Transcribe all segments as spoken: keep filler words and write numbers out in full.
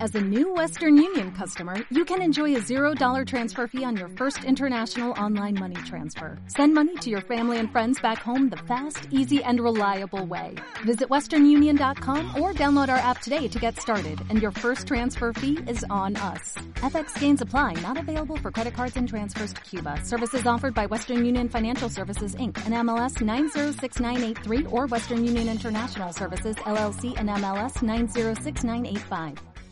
As a new Western Union customer, you can enjoy a zero dollar transfer fee on your first international online money transfer. Send money to your family and friends back home the fast, easy, and reliable way. Visit western union dot com or download our app today to get started, and your first transfer fee is on us. F X gains apply. Not available for credit cards and transfers to Cuba. Services offered by Western Union Financial Services, Incorporated, and M L S nine zero six nine eight three or Western Union International Services, L L C, and M L S nine zero six nine eight five.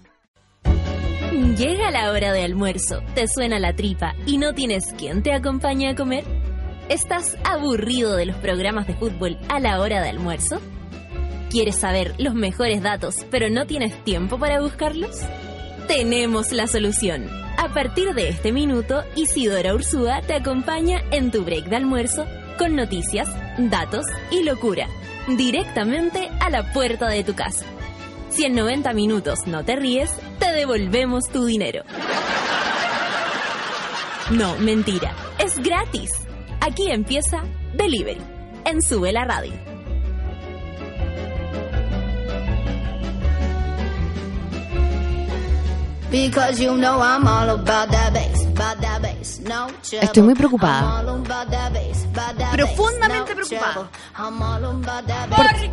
Llega la hora de almuerzo, te suena la tripa y no tienes quien te acompañe a comer. ¿Estás aburrido de los programas de fútbol a la hora de almuerzo? ¿Quieres saber los mejores datos pero no tienes tiempo para buscarlos? Tenemos la solución. A partir de este minuto, Isidora Ursúa te acompaña en tu break de almuerzo con noticias, datos y locura, directamente a la puerta de tu casa. Si en noventa minutos no te ríes, te devolvemos tu dinero. No, mentira, es gratis. Aquí empieza Delivery, en Sube la Radio. Estoy muy preocupada. Profundamente preocupada. ¿Por qué?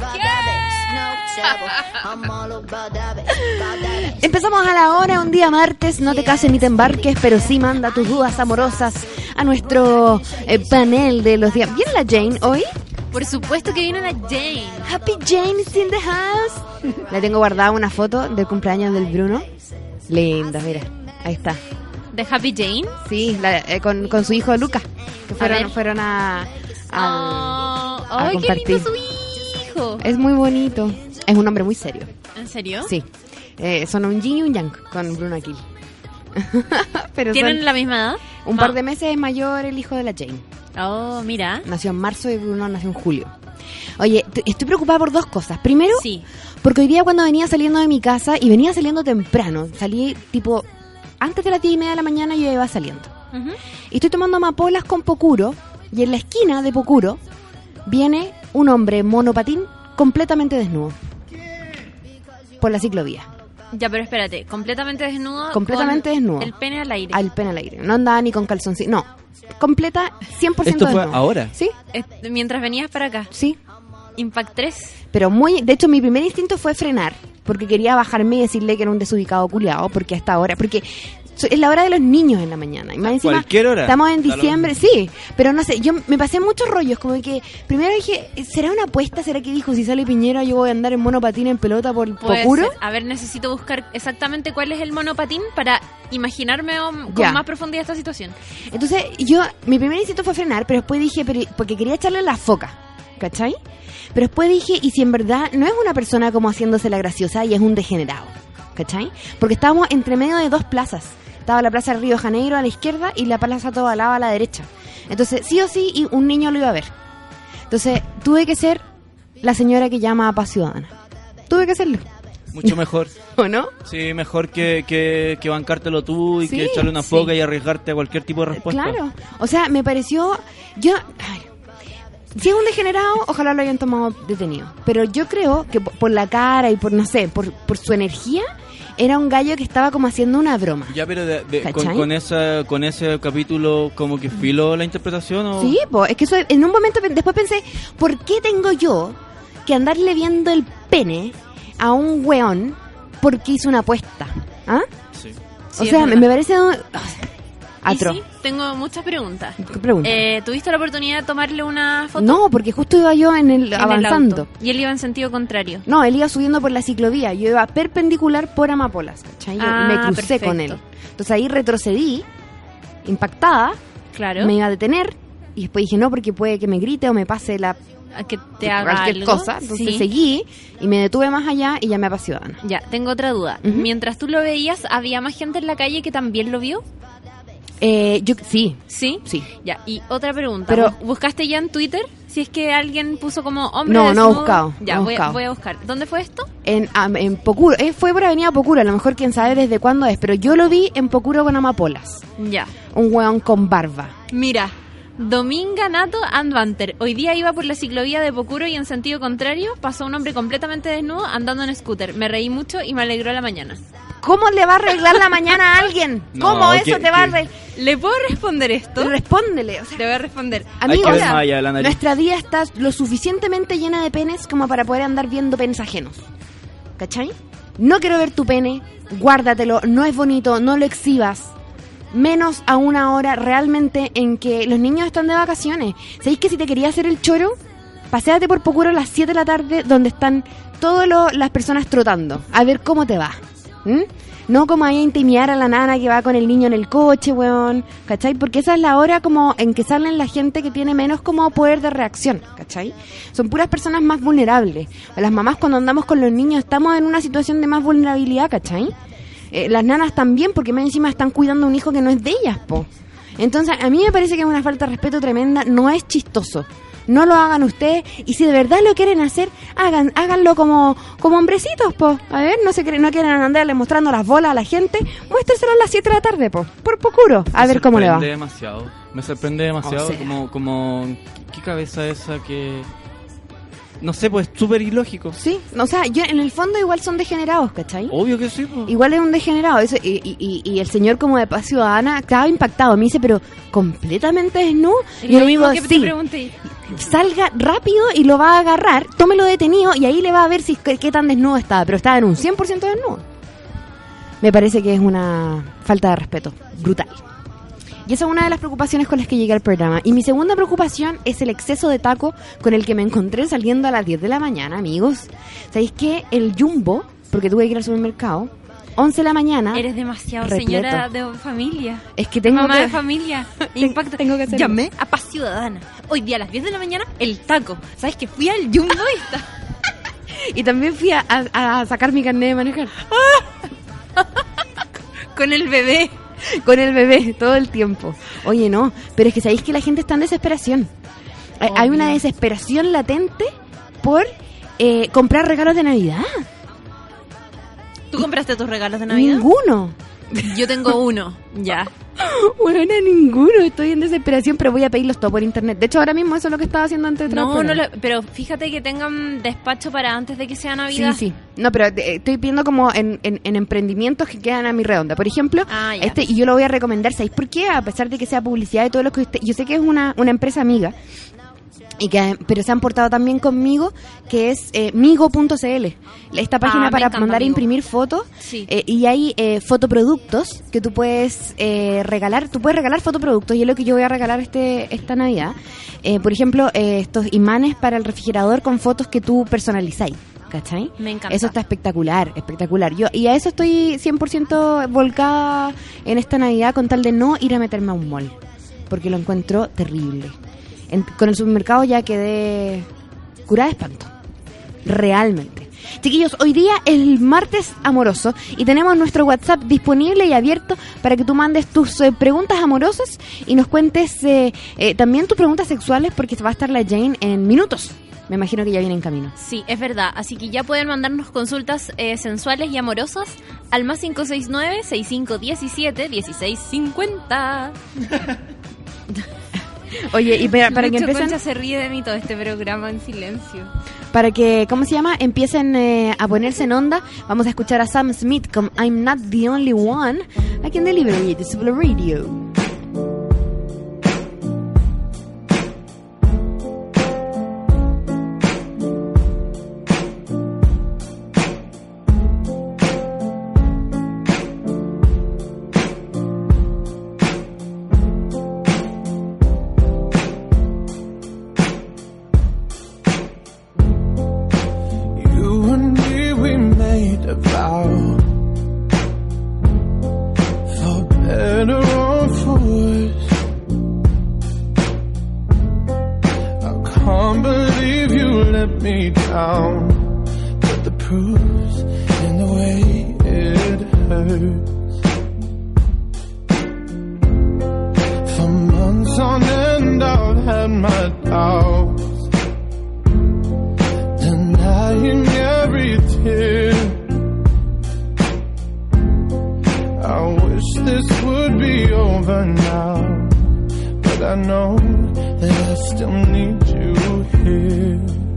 Empezamos a la hora, un día martes. No te cases ni te embarques, pero sí manda tus dudas amorosas a nuestro eh, panel de los días. ¿Viene la Jane hoy? Por supuesto que viene la Jane. Happy Jane is in the house. Le tengo guardada una foto del cumpleaños del Bruno. Linda, mira, ahí está. ¿De Happy Jane? Sí, la, eh, con, con su hijo Lucas, que fueron a, fueron a, a, oh, a ¡ay, compartir. qué lindo su hijo! Es muy bonito. Es un hombre muy serio. ¿En serio? Sí. Eh, son un yin y un yang con Bruno Aquil. Pero ¿tienen son la misma edad? Un Ma. par de meses mayor el hijo de la Jane. Oh, mira. Nació en marzo y Bruno nació en julio. Oye, t- estoy preocupada por dos cosas. Primero, Sí. porque hoy día cuando venía saliendo de mi casa, y venía saliendo temprano, salí tipo antes de las diez y media de la mañana, yo iba saliendo. Uh-huh. Y estoy tomando amapolas con Pocuro, y en la esquina de Pocuro viene un hombre en monopatín completamente desnudo por la ciclovía. Ya, pero espérate, completamente desnudo. Completamente con desnudo. El pene al aire. Al pene al aire. No andaba ni con calzoncillo. No. Completa cien por ciento ¿Esto fue desnudo. ahora? Sí, Eh, mientras venías para acá. sí. Impact tres. Pero muy... De hecho, mi primer instinto fue frenar. Porque quería bajarme y decirle que era un desubicado culiao. Porque hasta ahora... Porque so- es la hora de los niños en la mañana. Y más encima, Cualquier hora. estamos en Da lo diciembre. Sí, pero no sé. Yo me pasé muchos rollos. Como que... Primero dije... ¿Será una apuesta? ¿Será que dijo? Si sale Piñera yo voy a andar en monopatín en pelota por Puede Pocuro. ser. A ver, necesito buscar exactamente cuál es el monopatín para imaginarme um, con Ya. más profundidad esta situación. Entonces, yo, mi primer instinto fue frenar, pero después dije, pero, porque quería echarle la foca, ¿cachai? Pero después dije, ¿y si en verdad no es una persona como haciéndose la graciosa y es un degenerado? ¿Cachai? Porque estábamos entre medio de dos plazas. Estaba la plaza del Río de Janeiro a la izquierda y la plaza Tobalaba a la derecha. Entonces, sí o sí, y un niño lo iba a ver. Entonces, tuve que ser la señora que llama a Paz Ciudadana. Tuve que serlo. Mucho mejor. ¿O no? Sí, mejor que, que, que bancártelo tú y Sí, que echarle una sí. foca y arriesgarte a cualquier tipo de respuesta. Claro. O sea, me pareció... Yo... A ver, si es un degenerado, ojalá lo hayan tomado detenido. Pero yo creo que por, por la cara y por, no sé, por, por su energía, era un gallo que estaba como haciendo una broma. Ya, pero de, de- con, ¿Cachai? con, esa, con ese capítulo como que filo la interpretación o... Sí, pues, es que eso, en un momento pe- después pensé, ¿por qué tengo yo que andarle viendo el pene a un weón porque hizo una apuesta? ¿Ah? Sí. O Sí, sea, es me, verdad. me parece un... Y atro. sí, tengo muchas preguntas. ¿Qué pregunta? Eh, ¿Tuviste la oportunidad de tomarle una foto? No, porque justo iba yo en el En el avanzando. auto. Y él iba en sentido contrario. No, él iba subiendo por la ciclovía. Yo iba perpendicular por Amapolas, ¿cachai? Yo Ah, me crucé perfecto. con él. Entonces ahí retrocedí, impactada, Claro. me iba a detener. Y después dije, no, porque puede que me grite o me pase la A que te haga cualquier algo. cosa. Entonces Sí. seguí y me detuve más allá y llamé a Paz Ciudadana. Ya, tengo otra duda. Ujú. Mientras tú lo veías, ¿había más gente en la calle que también lo vio? Eh, yo, sí, ¿Sí? sí. Ya, y otra pregunta. Pero- ¿Bu- ¿Buscaste ya en Twitter? Si es que alguien puso como hombre No, no he desnudo. buscado, Ya, no he voy, a- buscado. voy a buscar. ¿Dónde fue esto? En, ah, en Pocuro. Eh, fue por Avenida Pocuro. A lo mejor quién sabe desde cuándo es. Pero yo lo vi en Pocuro con Amapolas. Ya. Un weón con barba. Mira, Dominga Nato and Banter. Hoy día iba por la ciclovía de Pocuro y en sentido contrario pasó un hombre completamente desnudo andando en scooter. Me reí mucho y me alegró la mañana. ¿Cómo le va a arreglar la mañana a alguien? No, ¿Cómo eso ¿qué- te va a qué? arreglar? ¿Le puedo responder esto? Respóndele, o sea, Le voy a responder. amigo, Hay que ver la- más allá de la nariz. nuestra vida está lo suficientemente llena de penes como para poder andar viendo penes ajenos. ¿Cachai? No quiero ver tu pene, guárdatelo, no es bonito, no lo exhibas. Menos a una hora realmente en que los niños están de vacaciones. ¿Sabéis que si te quería hacer el choro? Paséate por Pocuro a las siete de la tarde donde están todas las personas trotando. A ver cómo te va. ¿Mm? No como ahí a intimidar a la nana que va con el niño en el coche, weón. ¿Cachai? Porque esa es la hora como en que salen la gente que tiene menos como poder de reacción. ¿Cachai? Son puras personas más vulnerables. Las mamás cuando andamos con los niños estamos en una situación de más vulnerabilidad, ¿cachai? Eh, las nanas también, porque más encima están cuidando a un hijo que no es de ellas, po. Entonces, a mí me parece que es una falta de respeto tremenda, no es chistoso. No lo hagan ustedes, y si de verdad lo quieren hacer, hagan, háganlo como, como hombrecitos, po. A ver, no se creen, no quieren andarle mostrando las bolas a la gente, muéstrenselo a las siete de la tarde, po. Por Pocuro, a Me ver cómo le va. sorprende demasiado. Me sorprende demasiado O sea. como, como... ¿Qué cabeza esa que...? No sé, pues súper ilógico. Sí, o sea, yo en el fondo igual son degenerados, ¿cachai? Obvio que sí, pues. Igual es un degenerado. Eso, y, y, y- y el señor como de Paz Ciudadana estaba impactado. Me dice, pero ¿completamente desnudo? Es Y yo lo le digo, mismo que te sí, pregunté. salga rápido y lo va a agarrar, tómelo detenido y ahí le va a ver si qué, qué tan desnudo estaba. Pero estaba en un cien por ciento desnudo. Me parece que es una falta de respeto brutal. Y esa es una de las preocupaciones con las que llegué al programa. Y mi segunda preocupación es el exceso de taco con el que me encontré saliendo a las diez de la mañana, amigos. ¿Sabéis qué? El Jumbo, porque tuve que ir al supermercado, once de la mañana. Eres demasiado repleto. señora de familia. Es que tengo Mamá que... de familia. Impacto. tengo que hacerlo. Llamé a Paz Ciudadana. Hoy día a las diez de la mañana, el taco. ¿Sabes que fui al Jumbo y está? Y también fui a, a- a sacar mi carnet de manejar. Con el bebé. Con el bebé todo el tiempo. Oye, no, pero es que sabéis que la gente está en desesperación. Hay- Hay Obvio. una desesperación latente por eh, comprar regalos de Navidad. ¿Tú compraste tus regalos de Navidad? Ninguno. Yo tengo uno. Ya. Bueno, ninguno. Estoy en desesperación, pero voy a pedirlos todo por internet. De hecho, ahora mismo eso es lo que estaba haciendo antes de entrar al No, no, programa. lo- pero fíjate que tengan despacho para antes de que sea Navidad. Sí, sí. No, pero eh, estoy pidiendo como en, en, en emprendimientos que quedan a mi redonda. Por ejemplo, Ah, ya. este, y yo lo voy a recomendar, ¿sabéis por qué? A pesar de que sea publicidad y todo lo que usted... Yo sé que es una, una empresa amiga, y que pero se han portado también conmigo, que es eh, migo punto c l. Esta página Ah, me para encanta mandar a Migo. imprimir fotos. Sí. eh, y hay eh, fotoproductos que tú puedes eh, regalar. Tú puedes regalar fotoproductos y es lo que yo voy a regalar este esta Navidad. Eh, por ejemplo, eh, estos imanes para el refrigerador con fotos que tú personalizáis. ¿Cachai? Me encanta. Eso está espectacular, espectacular. Yo Y a eso estoy cien por ciento volcada en esta Navidad con tal de no ir a meterme a un mall. Porque lo encuentro terrible. En- con el supermercado ya quedé curada de espanto. Realmente. Chiquillos, hoy día es el martes amoroso y tenemos nuestro WhatsApp disponible y abierto para que tú mandes tus eh, preguntas amorosas y nos cuentes eh, eh, también tus preguntas sexuales porque va a estar la Jane en minutos. Me imagino que ya viene en camino. Sí, es verdad. Así que ya pueden mandarnos consultas eh, sensuales y amorosas al más cinco seis nueve, seis cinco uno siete, uno seis cinco cero. Oye, y para, para que Lucho empiecen... Concha se ríe de mí todo este programa en silencio. Para que, ¿cómo se llama? Empiecen eh, a ponerse en onda. Vamos a escuchar a Sam Smith con I'm Not The Only One aquí en Delivery de Super Radio. You and me, we made a vow, for better or for worse. I can't believe you let me down, but the proof's in the way it hurts. For months on end, I've had my doubts, denying every tear. I wish this would be over now, but 'cause I know that I still need you here.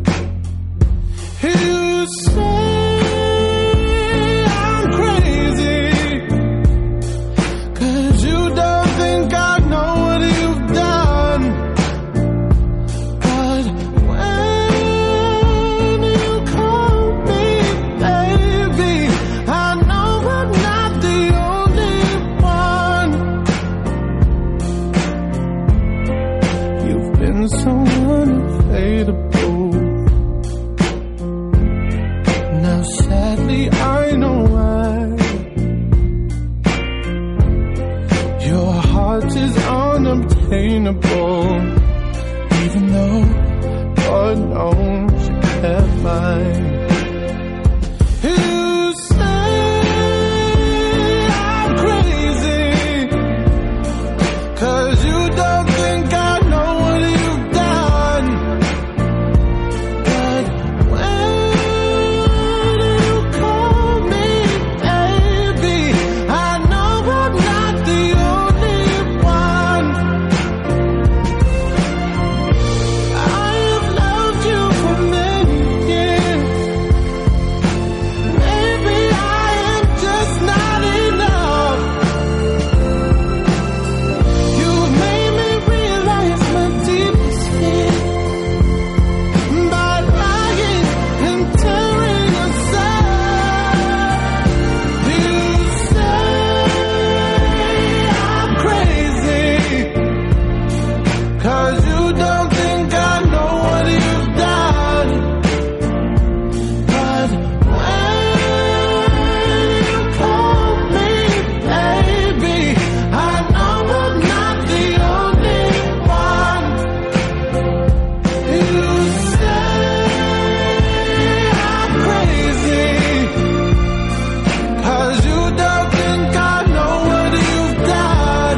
You say I'm crazy 'cause you don't think I know what you've done. But when you call me baby, I know I'm not the only one. You've been so unavailable. Now sadly I know why. Your heart is unobtainable, even though God knows you kept mine. You say I'm crazy 'cause you don't think I know what you've done. But when you call me baby, I know I'm not the only one. I have loved you for many years. Maybe I am just not enough. You've made me realize my deepest fear by lying and tearing us apart. You say I'm crazy 'cause you don't think I know what you've done. But when you call me baby, I know I'm not the only one. You say I'm crazy 'cause you don't think I know what you've done.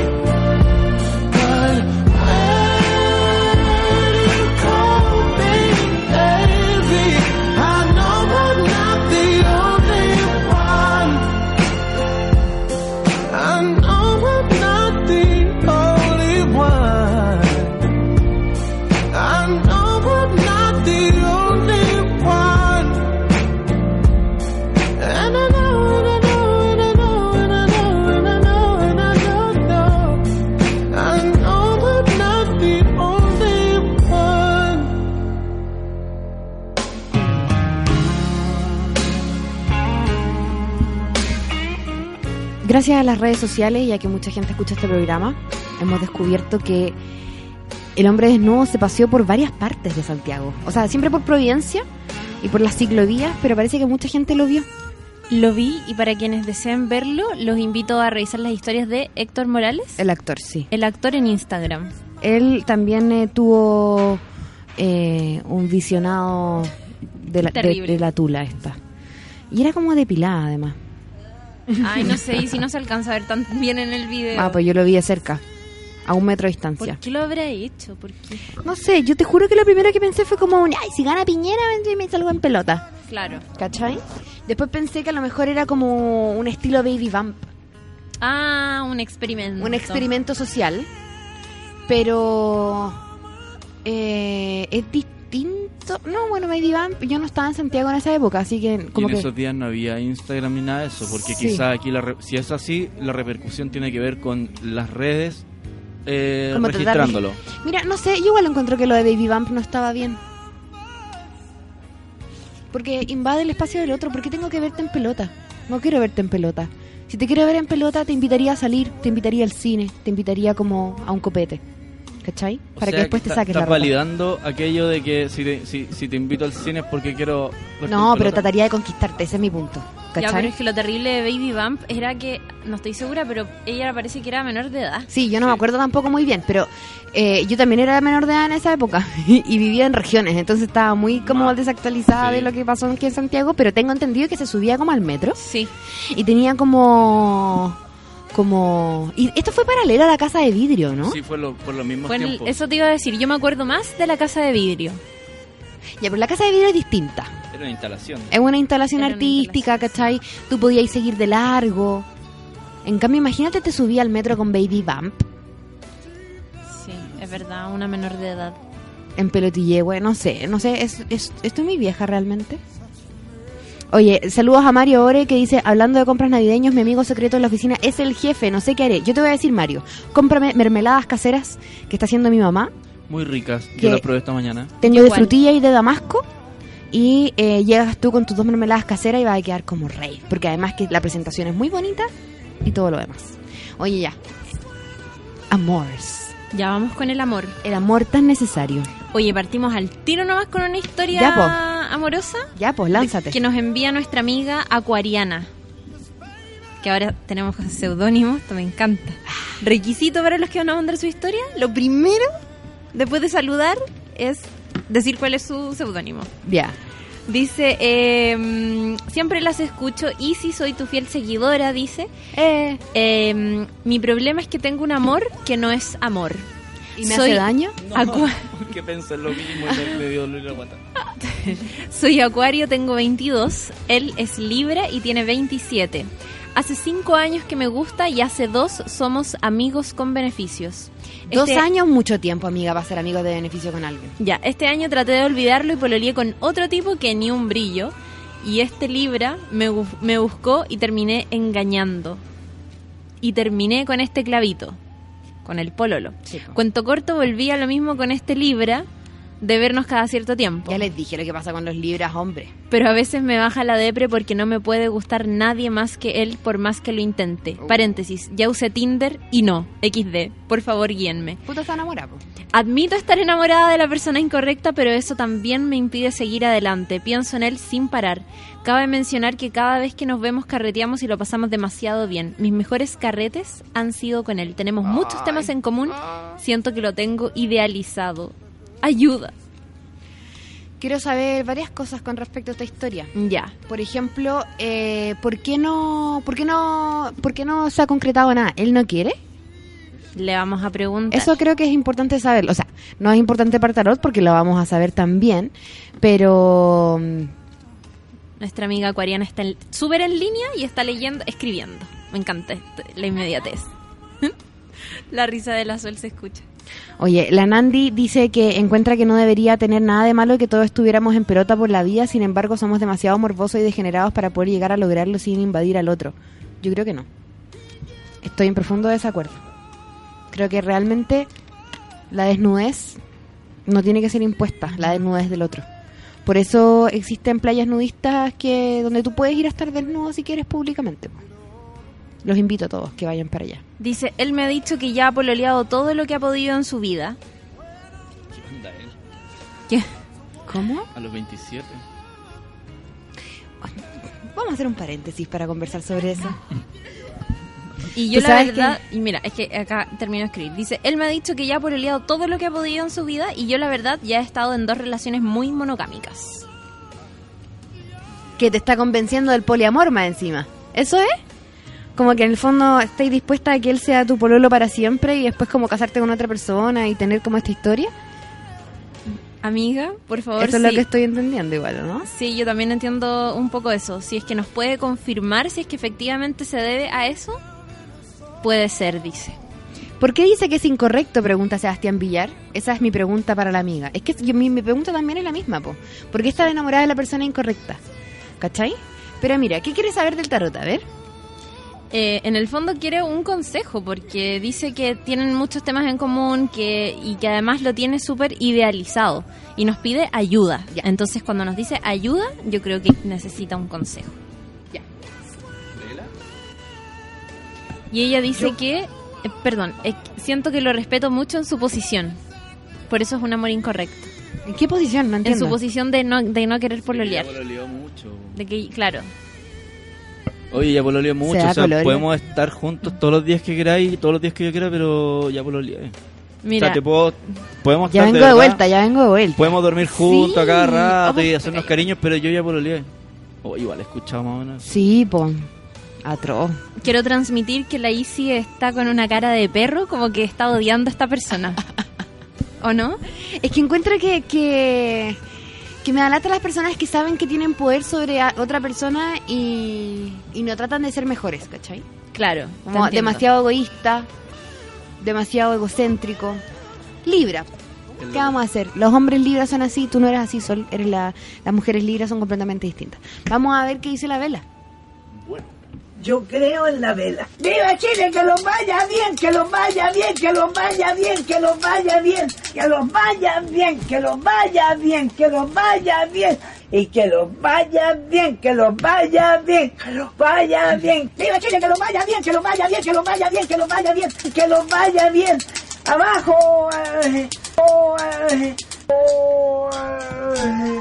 But when you call me baby, I know I'm not the only one. I know I'm not the only one. I know I'm not the only one. And I know, and I know, and I know, and I know, and I know, and I know, know. I know I'm not the only one. Gracias a las redes sociales y a que mucha gente escucha este programa, hemos descubierto que el hombre desnudo se paseó por varias partes de Santiago. O sea, siempre por Providencia y por las ciclovías, pero parece que mucha gente lo vio. Lo vi, y para quienes deseen verlo, los invito a revisar las historias de Héctor Morales, El actor, sí. el actor en Instagram. Él también eh, tuvo eh, un visionado de la, de, Terrible. de la tula esta. Y era como depilada, además. Ay, no sé, y si no se alcanza a ver tan bien en el video. Ah, pues yo lo vi de cerca, a un metro de ¿Por distancia. qué lo habrá hecho? ¿Por qué? No sé, yo te juro que lo primero que pensé fue como, ay, si gana Piñera, me, me salgo en pelota. Claro. ¿Cachai? Después pensé que a lo mejor era como un estilo Baby Vamp, Ah, un experimento. un experimento social, pero eh, es distinto. No, bueno, Baby Vamp, yo no estaba en Santiago en esa época, así que como y en que esos días no había Instagram ni nada de eso, porque Sí. quizá aquí, la re- si es así, la repercusión tiene que ver con las redes eh, como tratar de- registrándolo. Mira, no sé, yo igual encuentro que lo de Baby Vamp no estaba bien. Porque invade el espacio del otro. ¿Por qué tengo que verte en pelota? No quiero verte en pelota. Si te quiero ver en pelota, te invitaría a salir, te invitaría al cine, te invitaría como a un copete. ¿Cachai? O Para sea, que después te está- saques la estás ropa. validando aquello de que si te, si, si te invito al cine es porque quiero verte No, en pero pelota. trataría de conquistarte, ese es mi punto. Ya, ¿Cachai? pero es que lo terrible de Baby Vamp era que, no estoy segura, pero ella parece que era menor de edad. Sí, yo no me Sí. acuerdo tampoco muy bien, pero eh, yo también era menor de edad en esa época y, y vivía en regiones, entonces estaba muy como Ma- desactualizada sí. de lo que pasó aquí en Santiago, pero tengo entendido que se subía como al metro Sí. y tenía como... como y esto fue paralelo a la casa de vidrio, ¿no? Sí, fue lo, por los mismos Bueno, tiempos. eso te iba a decir. Yo me acuerdo más de la casa de vidrio. Ya, pero la casa de vidrio es distinta. Era una instalación. Es una instalación Era una artística, instalación, ¿cachai? Tú podías seguir de largo. En cambio, imagínate te subí al metro con Baby Vamp. es verdad, una menor de edad. En Pelotillehue, no sé, no sé, es, es, estoy muy vieja realmente. Oye, saludos a Mario Ore que dice, hablando de compras navideños, mi amigo secreto en la oficina es el jefe, no sé qué haré. Yo te voy a decir, Mario, cómprame mermeladas caseras que está haciendo mi mamá. Muy ricas, Que- yo las probé esta mañana. Tengo de Igual. frutilla y de damasco. Y eh, llegas tú con tus dos mermeladas caseras y vas a quedar como rey. Porque además que la presentación es muy bonita y todo lo demás. Oye, ya. Amores. Ya vamos con el amor. El amor tan necesario. Oye, partimos al tiro nomás con una historia Ya, po. amorosa Ya, pues, lánzate. que nos envía nuestra amiga Acuariana. Que ahora tenemos seudónimo, esto me encanta. Requisito para los que van a mandar su historia, lo primero, después de saludar, es decir cuál es su seudónimo. Ya. Dice, eh, siempre las escucho y si soy tu fiel seguidora, dice. Eh, Eh, mi problema es que tengo un amor que no es amor. ¿Y me Soy hace daño? Acua- Que pensé lo mismo y me, me dio dolor la guata. Soy Acuario, tengo veintidós, él es Libra y tiene veintisiete. Hace cinco años que me gusta y hace dos somos amigos con beneficios. Dos Este- años, mucho tiempo, amiga, para ser amigos de beneficio con alguien. Ya, este año traté de olvidarlo y pololeé con otro tipo que ni un brillo. Y este Libra me, bu- me buscó y terminé engañando. Y terminé con este clavito, con el pololo. Sí, po. Cuento corto, volví a lo mismo con este Libra, de vernos cada cierto tiempo. Ya les dije lo que pasa con los libras, hombre. Pero a veces me baja la depre porque no me puede gustar nadie más que él por más que lo intente. Oh. Paréntesis, ya usé Tinder y no, equis de. Por favor, guíenme. Puta, está enamorado. po. Admito estar enamorada de la persona incorrecta, pero eso también me impide seguir adelante. Pienso en él sin parar. Cabe mencionar que cada vez que nos vemos carreteamos y lo pasamos demasiado bien. Mis mejores carretes han sido con él. Tenemos muchos temas en común. Siento que lo tengo idealizado. Ayuda. Quiero saber varias cosas con respecto a esta historia. Ya. Por ejemplo, eh, ¿por qué no, por qué no, por qué no se ha concretado nada? ¿Él no quiere? Le vamos a preguntar. Eso creo que es importante saberlo. O sea, no es importante para Tarot porque lo vamos a saber también, pero mm, Nuestra amiga acuariana está en- súper en línea y está leyendo, escribiendo. Me encanta esto, la inmediatez. La risa de la Sol se escucha. oye, la Nandi dice que encuentra que no debería tener nada de malo que todos estuviéramos en pelota por la vida, sin embargo somos demasiado morbosos y degenerados para poder llegar a lograrlo sin invadir al otro. Yo creo que no. Estoy en profundo desacuerdo. Creo que realmente la desnudez no tiene que ser impuesta, la desnudez del otro. Por eso existen playas nudistas que donde tú puedes ir a estar desnudo si quieres públicamente. po. Los invito a todos que vayan para allá. Dice, él me ha dicho que ya ha pololeado todo lo que ha podido en su vida. ¿Qué onda él? ¿Qué? ¿Cómo? A los veintisiete. Vamos a hacer un paréntesis para conversar sobre eso. Y yo ¿Tú la sabes verdad, y mira, es que acá termino de escribir. Dice, él me ha dicho que ya ha pololeado todo lo que ha podido en su vida y yo la verdad ya he estado en dos relaciones muy monogámicas. Que te está convenciendo del poliamor más encima. ¿Eso es? Como que en el fondo estáis dispuesta a que él sea tu pololo para siempre y después como casarte con otra persona y tener como esta historia. Amiga, por favor, Eso es sí. lo que estoy entendiendo igual, ¿no? Sí, yo también entiendo un poco eso. Si es que nos puede confirmar si es que efectivamente se debe a eso, puede ser, dice. ¿Por qué dice que es incorrecto? Pregunta Sebastián Villar. Esa es mi pregunta para la amiga. Es que yo- mi, mi pregunta también es la misma, po. ¿Por qué está enamorada de la persona incorrecta? ¿Cachai? Pero mira, ¿qué quieres saber del tarot? A ver. Eh, en el fondo quiere un consejo porque dice que tienen muchos temas en común que y que además lo tiene súper idealizado y nos pide ayuda. Ya. Entonces cuando nos dice ayuda, yo creo que necesita un consejo. Ya. Y ella dice que, eh, perdón, eh, siento que lo respeto mucho en su posición. Por eso es un amor incorrecto. ¿En qué posición? No En entiendo. su posición de no de no querer pololear. Ya pololeó mucho. De que, claro, Oye, ya pololeó mucho. da O sea, pololear. podemos estar juntos todos los días que queráis, todos los días que yo quiera, pero ya pololeé. mira, O sea, te puedo, podemos Ya estar vengo de, verdad, vuelta, ya vengo de vuelta. Podemos dormir juntos Sí. a cada rato y Oh, hacernos cariños, pero yo ya pololeé. O igual he escuchado más o menos. Sí, po. Atroz. quiero transmitir que la Isi está con una cara de perro, como que está odiando a esta persona. ¿O no? Es que encuentro que, que, que me da lata las personas que saben que tienen poder sobre a- otra persona y, y no tratan de ser mejores, ¿cachai? Claro. te Como entiendo. demasiado egoísta, demasiado egocéntrico. Libra. ¿Qué vamos a hacer? Los hombres Libra son así, tú no eres así, Sol, eres la, las mujeres Libra son completamente distintas. Vamos a ver qué dice la vela. Yo creo en la vela. ¡Viva Chile! ¡Que los vaya bien! ¡Que los vaya bien! ¡Que los vaya bien! ¡Que los vaya bien! ¡Que los vaya bien! ¡Que los vaya bien! ¡Que los vaya bien! Y que los vaya bien, que los vaya bien, que los vaya bien. ¡Viva Chile! ¡Que los vaya bien! ¡Que los vaya bien! ¡Que los vaya bien! ¡Que los vaya bien! ¡Que los vaya bien! ¡Abajo! Eh, oh, eh, oh, eh.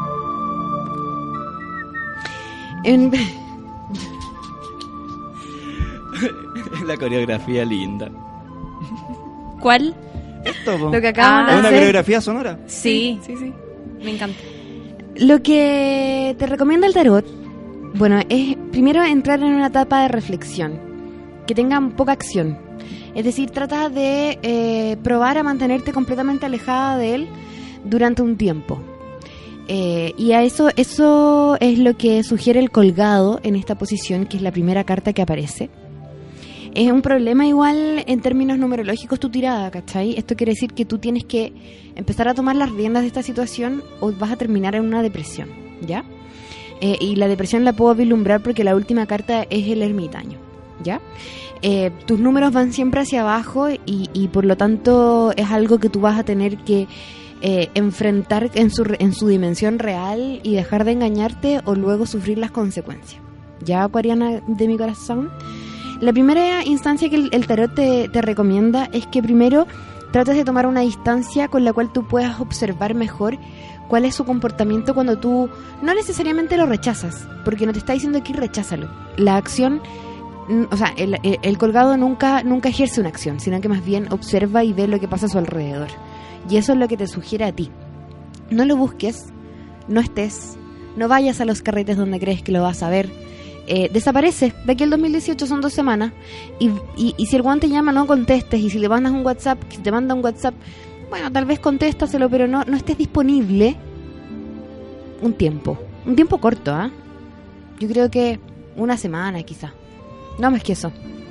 En... La coreografía linda. ¿Cuál? Esto, po. Lo que acabamos Ah, de ¿Es una hacer. coreografía sonora? Sí, sí, sí. Me encanta. Lo que te recomienda el tarot, bueno, es primero entrar en una etapa de reflexión, que tenga poca acción. Es decir, trata de eh, probar a mantenerte completamente alejada de él durante un tiempo. Eh, y a eso, eso es lo que sugiere el colgado en esta posición, que es la primera carta que aparece. Es un problema igual en términos numerológicos tu tirada, ¿cachai? Esto quiere decir que tú tienes que empezar a tomar las riendas de esta situación o vas a terminar en una depresión, ¿ya? Eh, y la depresión la puedo vislumbrar porque la última carta es el ermitaño, ¿ya? Eh, tus números van siempre hacia abajo y, y por lo tanto es algo que tú vas a tener que eh, enfrentar en su, en su dimensión real y dejar de engañarte o luego sufrir las consecuencias, ¿ya, acuariana de mi corazón? La primera instancia que el, el tarot te, te recomienda es que primero trates de tomar una distancia con la cual tú puedas observar mejor cuál es su comportamiento cuando tú no necesariamente lo rechazas, porque no te está diciendo aquí recházalo. La acción, o sea, el, el, el colgado nunca, nunca ejerce una acción, sino que más bien observa y ve lo que pasa a su alrededor. Y eso es lo que te sugiere a ti. No lo busques, no estés, no vayas a los carretes donde crees que lo vas a ver. Eh, desaparece, de aquí al dos mil dieciocho son dos semanas y, y, y si el guante llama no contestes, y si le mandas un WhatsApp, si te manda un WhatsApp, bueno, tal vez contéstaselo, pero no, no estés disponible un tiempo, un tiempo corto, ¿ah? ¿eh? Yo creo que una semana quizá, no más que eso,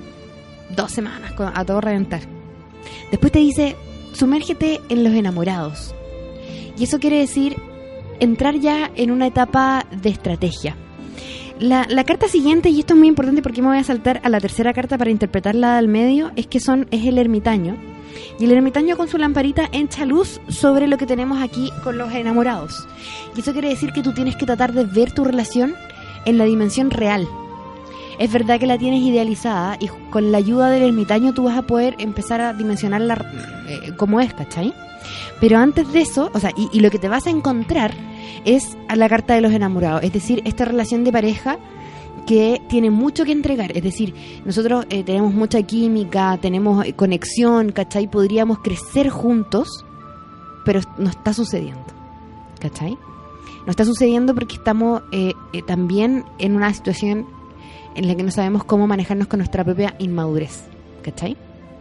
dos semanas a todo reventar. Después te dice, sumérgete en los enamorados, y eso quiere decir entrar ya en una etapa de estrategia. La, la carta siguiente, y esto es muy importante porque me voy a saltar a la tercera carta para interpretarla al medio, es que son es el ermitaño. Y el ermitaño con su lamparita echa luz sobre lo que tenemos aquí con los enamorados. Y eso quiere decir que tú tienes que tratar de ver tu relación en la dimensión real. Es verdad que la tienes idealizada y con la ayuda del ermitaño tú vas a poder empezar a dimensionarla eh, como es, ¿cachai? Pero antes de eso, o sea, y, y lo que te vas a encontrar es a la carta de los enamorados, es decir, esta relación de pareja que tiene mucho que entregar, es decir, nosotros eh, tenemos mucha química, tenemos eh, conexión, ¿cachai? Podríamos crecer juntos, pero no está sucediendo, ¿cachai? No está sucediendo porque estamos eh, eh, también en una situación en la que no sabemos cómo manejarnos con nuestra propia inmadurez, ¿cachai?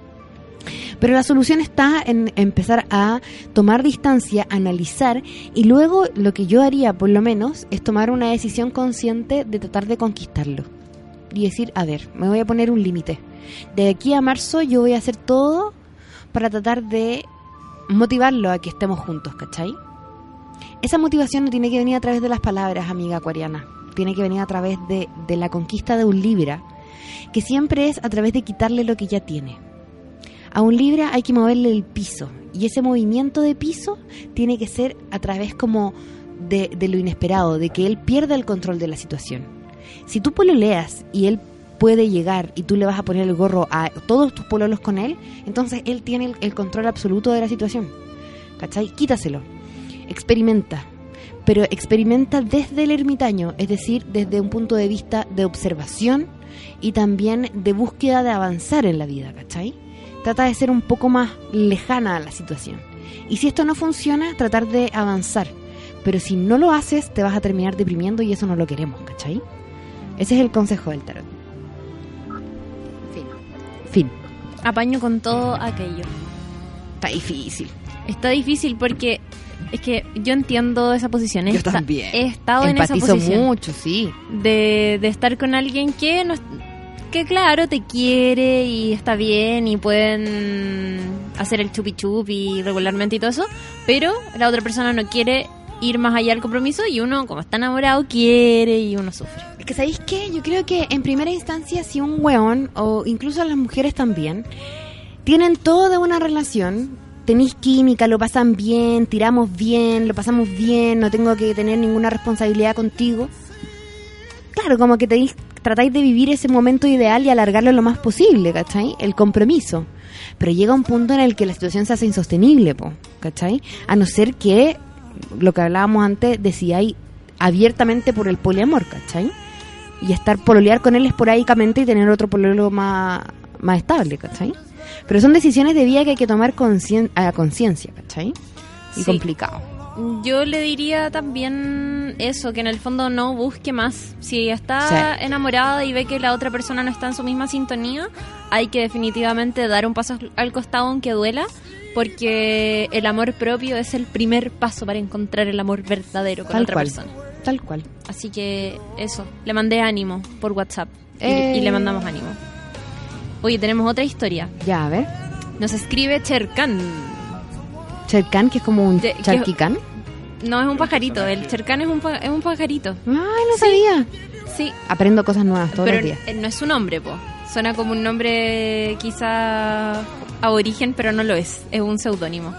Pero la solución está en empezar a tomar distancia, analizar, y luego lo que yo haría por lo menos es tomar una decisión consciente de tratar de conquistarlo y decir, a ver, me voy a poner un límite. De aquí a marzo yo voy a hacer todo para tratar de motivarlo a que estemos juntos, ¿cachai? Esa motivación no tiene que venir a través de las palabras, amiga acuariana, tiene que venir a través de, de la conquista de un Libra, que siempre es a través de quitarle lo que ya tiene. A un Libra hay que moverle el piso, y ese movimiento de piso tiene que ser a través como de, de lo inesperado, de que él pierda el control de la situación. Si tú pololeas y él puede llegar y tú le vas a poner el gorro a todos tus pololos con él, entonces él tiene el, el control absoluto de la situación, ¿cachai? Quítaselo, experimenta, pero experimenta desde el ermitaño, es decir, desde un punto de vista de observación y también de búsqueda de avanzar en la vida, ¿cachai? Trata de ser un poco más lejana a la situación. Y si esto no funciona, tratar de avanzar. Pero si no lo haces, te vas a terminar deprimiendo y eso no lo queremos, ¿cachai? Ese es el consejo del tarot. Fin. Fin. Apaño con todo aquello. Está difícil. Está difícil porque es que yo entiendo esa posición. He Yo esta- también. He estado Empatizo en esa posición. mucho, sí. De, de estar con alguien que no, que claro, te quiere y está bien y pueden hacer el chupi chupi regularmente y todo eso, pero la otra persona no quiere ir más allá del compromiso y uno, como está enamorado, quiere y uno sufre. Es que, ¿sabéis qué? Yo creo que en primera instancia, si un weón, o incluso las mujeres también, tienen todo de una relación, tenéis química, lo pasan bien, tiramos bien, lo pasamos bien, no tengo que tener ninguna responsabilidad contigo. Claro, como que tenéis, tratáis de vivir ese momento ideal y alargarlo lo más posible, ¿cachai? El compromiso. Pero llega un punto en el que la situación se hace insostenible, po, ¿cachai? A no ser que, lo que hablábamos antes, decidáis abiertamente por el poliamor, ¿cachai? Y estar pololear con él esporádicamente y tener otro pololo más, más estable, ¿cachai? Pero son decisiones de vida que hay que tomar concien- a conciencia, ¿cachai? Y Sí. complicado. Yo le diría también eso, que en el fondo no busque más. Si está Sí. enamorada y ve que la otra persona no está en su misma sintonía, hay que definitivamente dar un paso al costado aunque duela, porque el amor propio es el primer paso para encontrar el amor verdadero con Tal otra cual. persona. Tal cual. Así que eso, le mandé ánimo por WhatsApp y, Eh. y le mandamos ánimo. Oye, tenemos otra historia. Ya, a ver. Nos escribe Cherkan. Cherkan, que es como un De- que- charquicán. No es un pajarito, el Cherkan es un, pa- es un pajarito. Ay, no sabía. Sí, Aprendo cosas nuevas todos pero los días. eh, no es un nombre, po. Suena como un nombre quizá aborigen, pero no lo es. Es un seudónimo.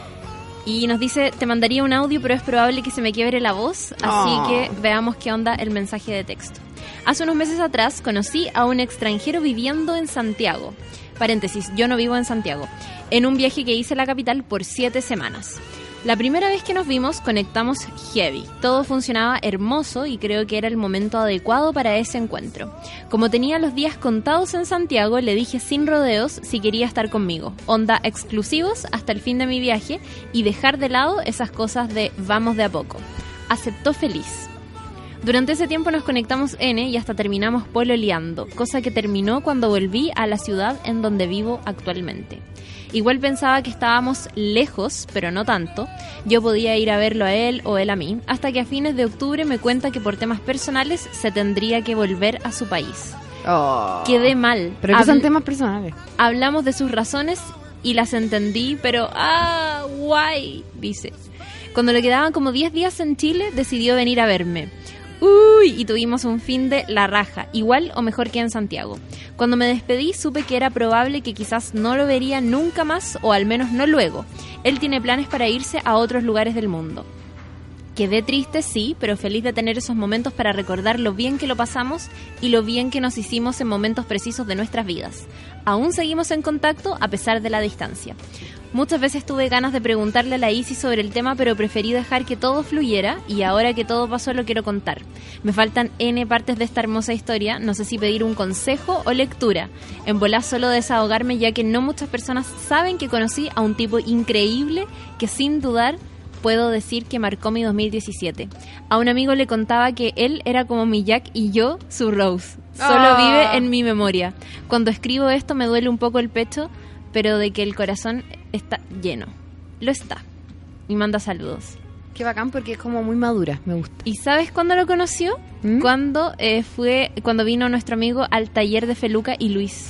Y nos dice, te mandaría un audio, pero es probable que se me quiebre la voz, así Oh. que veamos qué onda el mensaje de texto. Hace unos meses atrás conocí a un extranjero viviendo en Santiago. Paréntesis, yo no vivo en Santiago. En un viaje que hice a la capital por siete semanas. La primera vez que nos vimos conectamos heavy. Todo funcionaba hermoso y creo que era el momento adecuado para ese encuentro. Como tenía los días contados en Santiago, le dije sin rodeos si quería estar conmigo. Onda exclusivos hasta el fin de mi viaje y dejar de lado esas cosas de vamos de a poco. Aceptó feliz. Durante ese tiempo nos conectamos N y hasta terminamos pololeando, cosa que terminó cuando volví a la ciudad en donde vivo actualmente. Igual pensaba que estábamos lejos, pero no tanto. Yo podía ir a verlo a él o él a mí, hasta que a fines de octubre me cuenta que por temas personales se tendría que volver a su país. Oh. Quedé mal. Pero que son Habl- temas personales. Hablamos de sus razones y las entendí, pero ¡ah! Guay, dice. Cuando le quedaban como diez días en Chile, decidió venir a verme. Uy, y tuvimos un fin de la raja, igual o mejor que en Santiago. Cuando me despedí supe que era probable que quizás no lo vería nunca más, o al menos no luego. Él tiene planes para irse a otros lugares del mundo. Quedé triste, sí, pero feliz de tener esos momentos para recordar lo bien que lo pasamos y lo bien que nos hicimos en momentos precisos de nuestras vidas. Aún seguimos en contacto a pesar de la distancia. Muchas veces tuve ganas de preguntarle a la Isi sobre el tema, pero preferí dejar que todo fluyera y ahora que todo pasó lo quiero contar. Me faltan N partes de esta hermosa historia, no sé si pedir un consejo o lectura. En volá solo desahogarme, ya que no muchas personas saben que conocí a un tipo increíble que sin dudar puedo decir que marcó mi dos mil diecisiete. A un amigo le contaba que él era como mi Jack y yo su Rose. Solo Oh. vive en mi memoria. Cuando escribo esto me duele un poco el pecho, pero de que el corazón está lleno. Lo está. Y manda saludos. Qué bacán porque es como muy madura, me gusta. ¿Y sabes cuándo lo conoció? ¿Mm? Cuando eh, fue cuando vino nuestro amigo al taller de Feluca y Luis.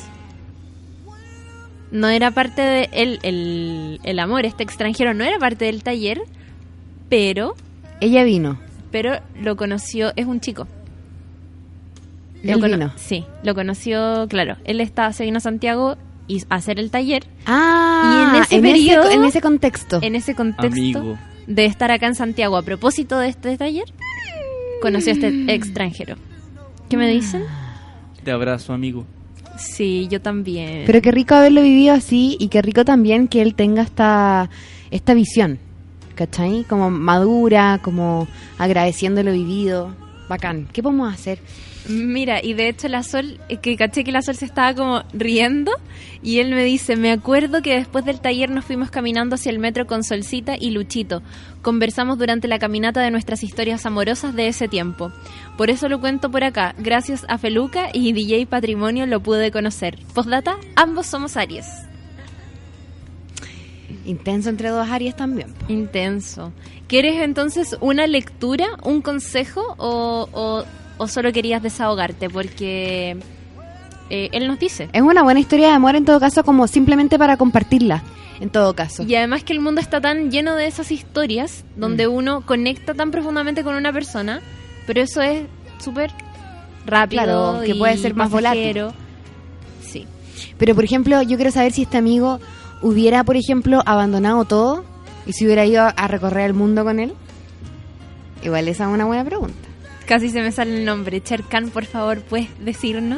No era parte de él, el, el amor, este extranjero no era parte del taller, pero, Ella vino. pero lo conoció, es un chico. Lo Él cono- vino. Sí, lo conoció, claro. Él estaba, se vino a Santiago y a hacer el taller. Ah, Y en ese ese, periodo- en ese contexto. En ese contexto Amigo. de estar acá en Santiago a propósito de este taller, conoció a este extranjero. ¿Qué me dicen? Te abrazo, amigo. Sí, yo también. Pero qué rico haberlo vivido así y qué rico también que él tenga esta, esta visión, ¿cachai? Como madura, como agradeciendo lo vivido. Bacán. ¿Qué podemos hacer? Mira, y de hecho la Sol, eh, que caché que la Sol se estaba como riendo y él me dice, me acuerdo que después del taller nos fuimos caminando hacia el metro con Solcita y Luchito. Conversamos durante la caminata de nuestras historias amorosas de ese tiempo. Por eso lo cuento por acá. Gracias a Feluca y D J Patrimonio lo pude conocer. Postdata, ambos somos Aries. Intenso entre dos Aries también. po. Intenso. ¿Quieres entonces una lectura, un consejo o, o, o solo querías desahogarte? Porque eh, él nos dice. Es una buena historia de amor en todo caso, como simplemente para compartirla, en todo caso. Y además que el mundo está tan lleno de esas historias donde Mm. uno conecta tan profundamente con una persona, pero eso es súper rápido. Claro, que y puede ser más pasajero. Sí. Pero, por ejemplo, yo quiero saber si este amigo hubiera, por ejemplo, abandonado todo y si hubiera ido a recorrer el mundo con él. Igual esa es una buena pregunta. Casi se me sale el nombre. Cherkan, por favor, ¿puedes decirnos?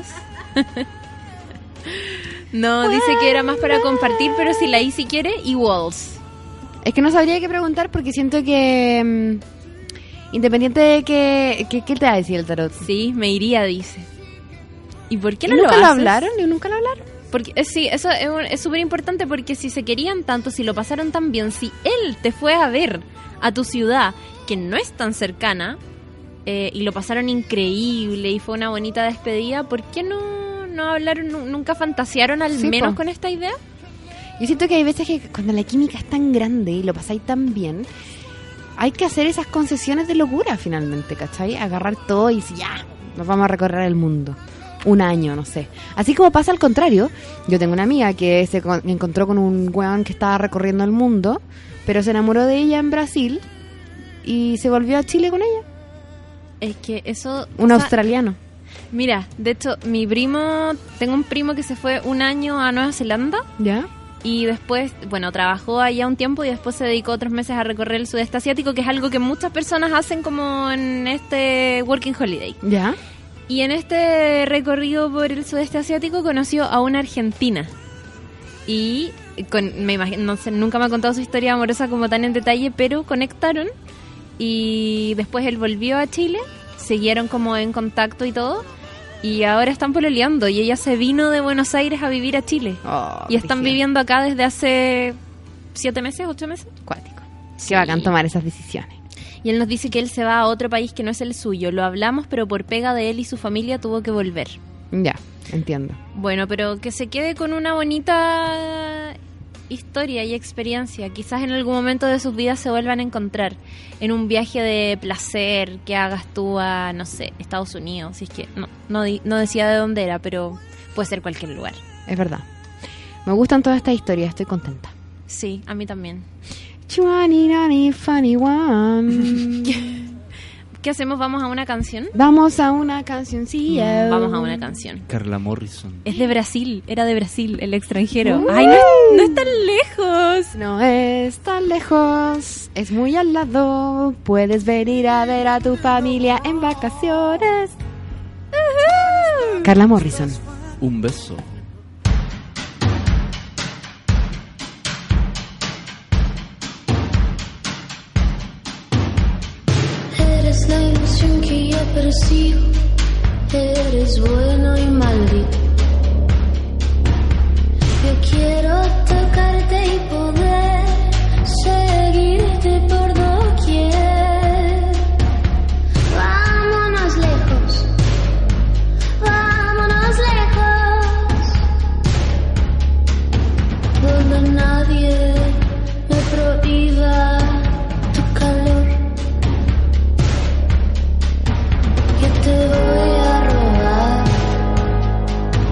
No, dice que era más para compartir, pero si la Isi quiere, y Walls. Es que no sabría qué preguntar porque siento que... mm, independiente de que... que- ¿Qué te va a decir el tarot? Sí, me iría, dice. ¿Y por qué ¿Y no lo nunca lo, haces? hablaron? ¿Y nunca lo hablaron? Porque eh, sí, eso es un- es súper importante porque si se querían tanto, si lo pasaron tan bien, si él te fue a ver a tu ciudad, que no es tan cercana, eh, y lo pasaron increíble y fue una bonita despedida, ¿por qué no, no hablaron, nu- nunca fantasearon al Sí, menos po. con esta idea? Yo siento que hay veces que cuando la química es tan grande y lo pasáis tan bien, hay que hacer esas concesiones de locura finalmente, ¿cachai? Agarrar todo y decir, ya, nos vamos a recorrer el mundo. Un año, no sé. Así como pasa al contrario, yo tengo una amiga que se con- encontró con un weón que estaba recorriendo el mundo, pero se enamoró de ella en Brasil y se volvió a Chile con ella. Es que eso... Un o sea, australiano. Mira, de hecho, mi primo, tengo un primo que se fue un año a Nueva Zelanda ¿Ya? y después, bueno, trabajó allá un tiempo y después se dedicó otros meses a recorrer el sudeste asiático, que es algo que muchas personas hacen como en este Working Holiday. ¿Ya? Y en este recorrido por el sudeste asiático conoció a una argentina. Y con, me imagino, no sé, nunca me ha contado su historia amorosa como tan en detalle, pero conectaron y después él volvió a Chile, siguieron como en contacto y todo, y ahora están pololeando y ella se vino de Buenos Aires a vivir a Chile. Oh, Y están brígido. viviendo acá desde hace siete meses, ocho meses. Cuático. Sí. Qué bacán tomar esas decisiones. Y él nos dice que él se va a otro país que no es el suyo. Lo hablamos, pero por pega de él y su familia tuvo que volver. Ya, entiendo. Bueno, pero que se quede con una bonita historia y experiencia. Quizás en algún momento de sus vidas se vuelvan a encontrar en un viaje de placer que hagas tú a, no sé, Estados Unidos. Si es que no, no, di- no decía de dónde era, pero puede ser cualquier lugar. Es verdad. Me gustan todas estas historias, estoy contenta. Sí, a mí también. Chuani, nani, funny one. ¿Qué hacemos? ¿Vamos a una canción? Vamos a una cancioncilla. Mm, Vamos a una canción. Carla Morrison. Es de Brasil, era de Brasil, el extranjero. Uh. Ay, no es, no es tan lejos. No es tan lejos, es muy al lado. Puedes venir a ver a tu familia en vacaciones. Carla Morrison. Un beso. Eres la ilusión que yo persigo, eres bueno y maldito. Yo quiero tocarte y poder seguirte por doquier. Vámonos lejos, vámonos lejos, donde nadie me prohíba tu calor. Yo te voy a robar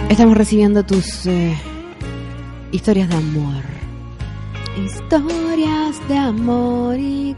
Estamos recibiendo tus eh, historias de amor. Historias de amor y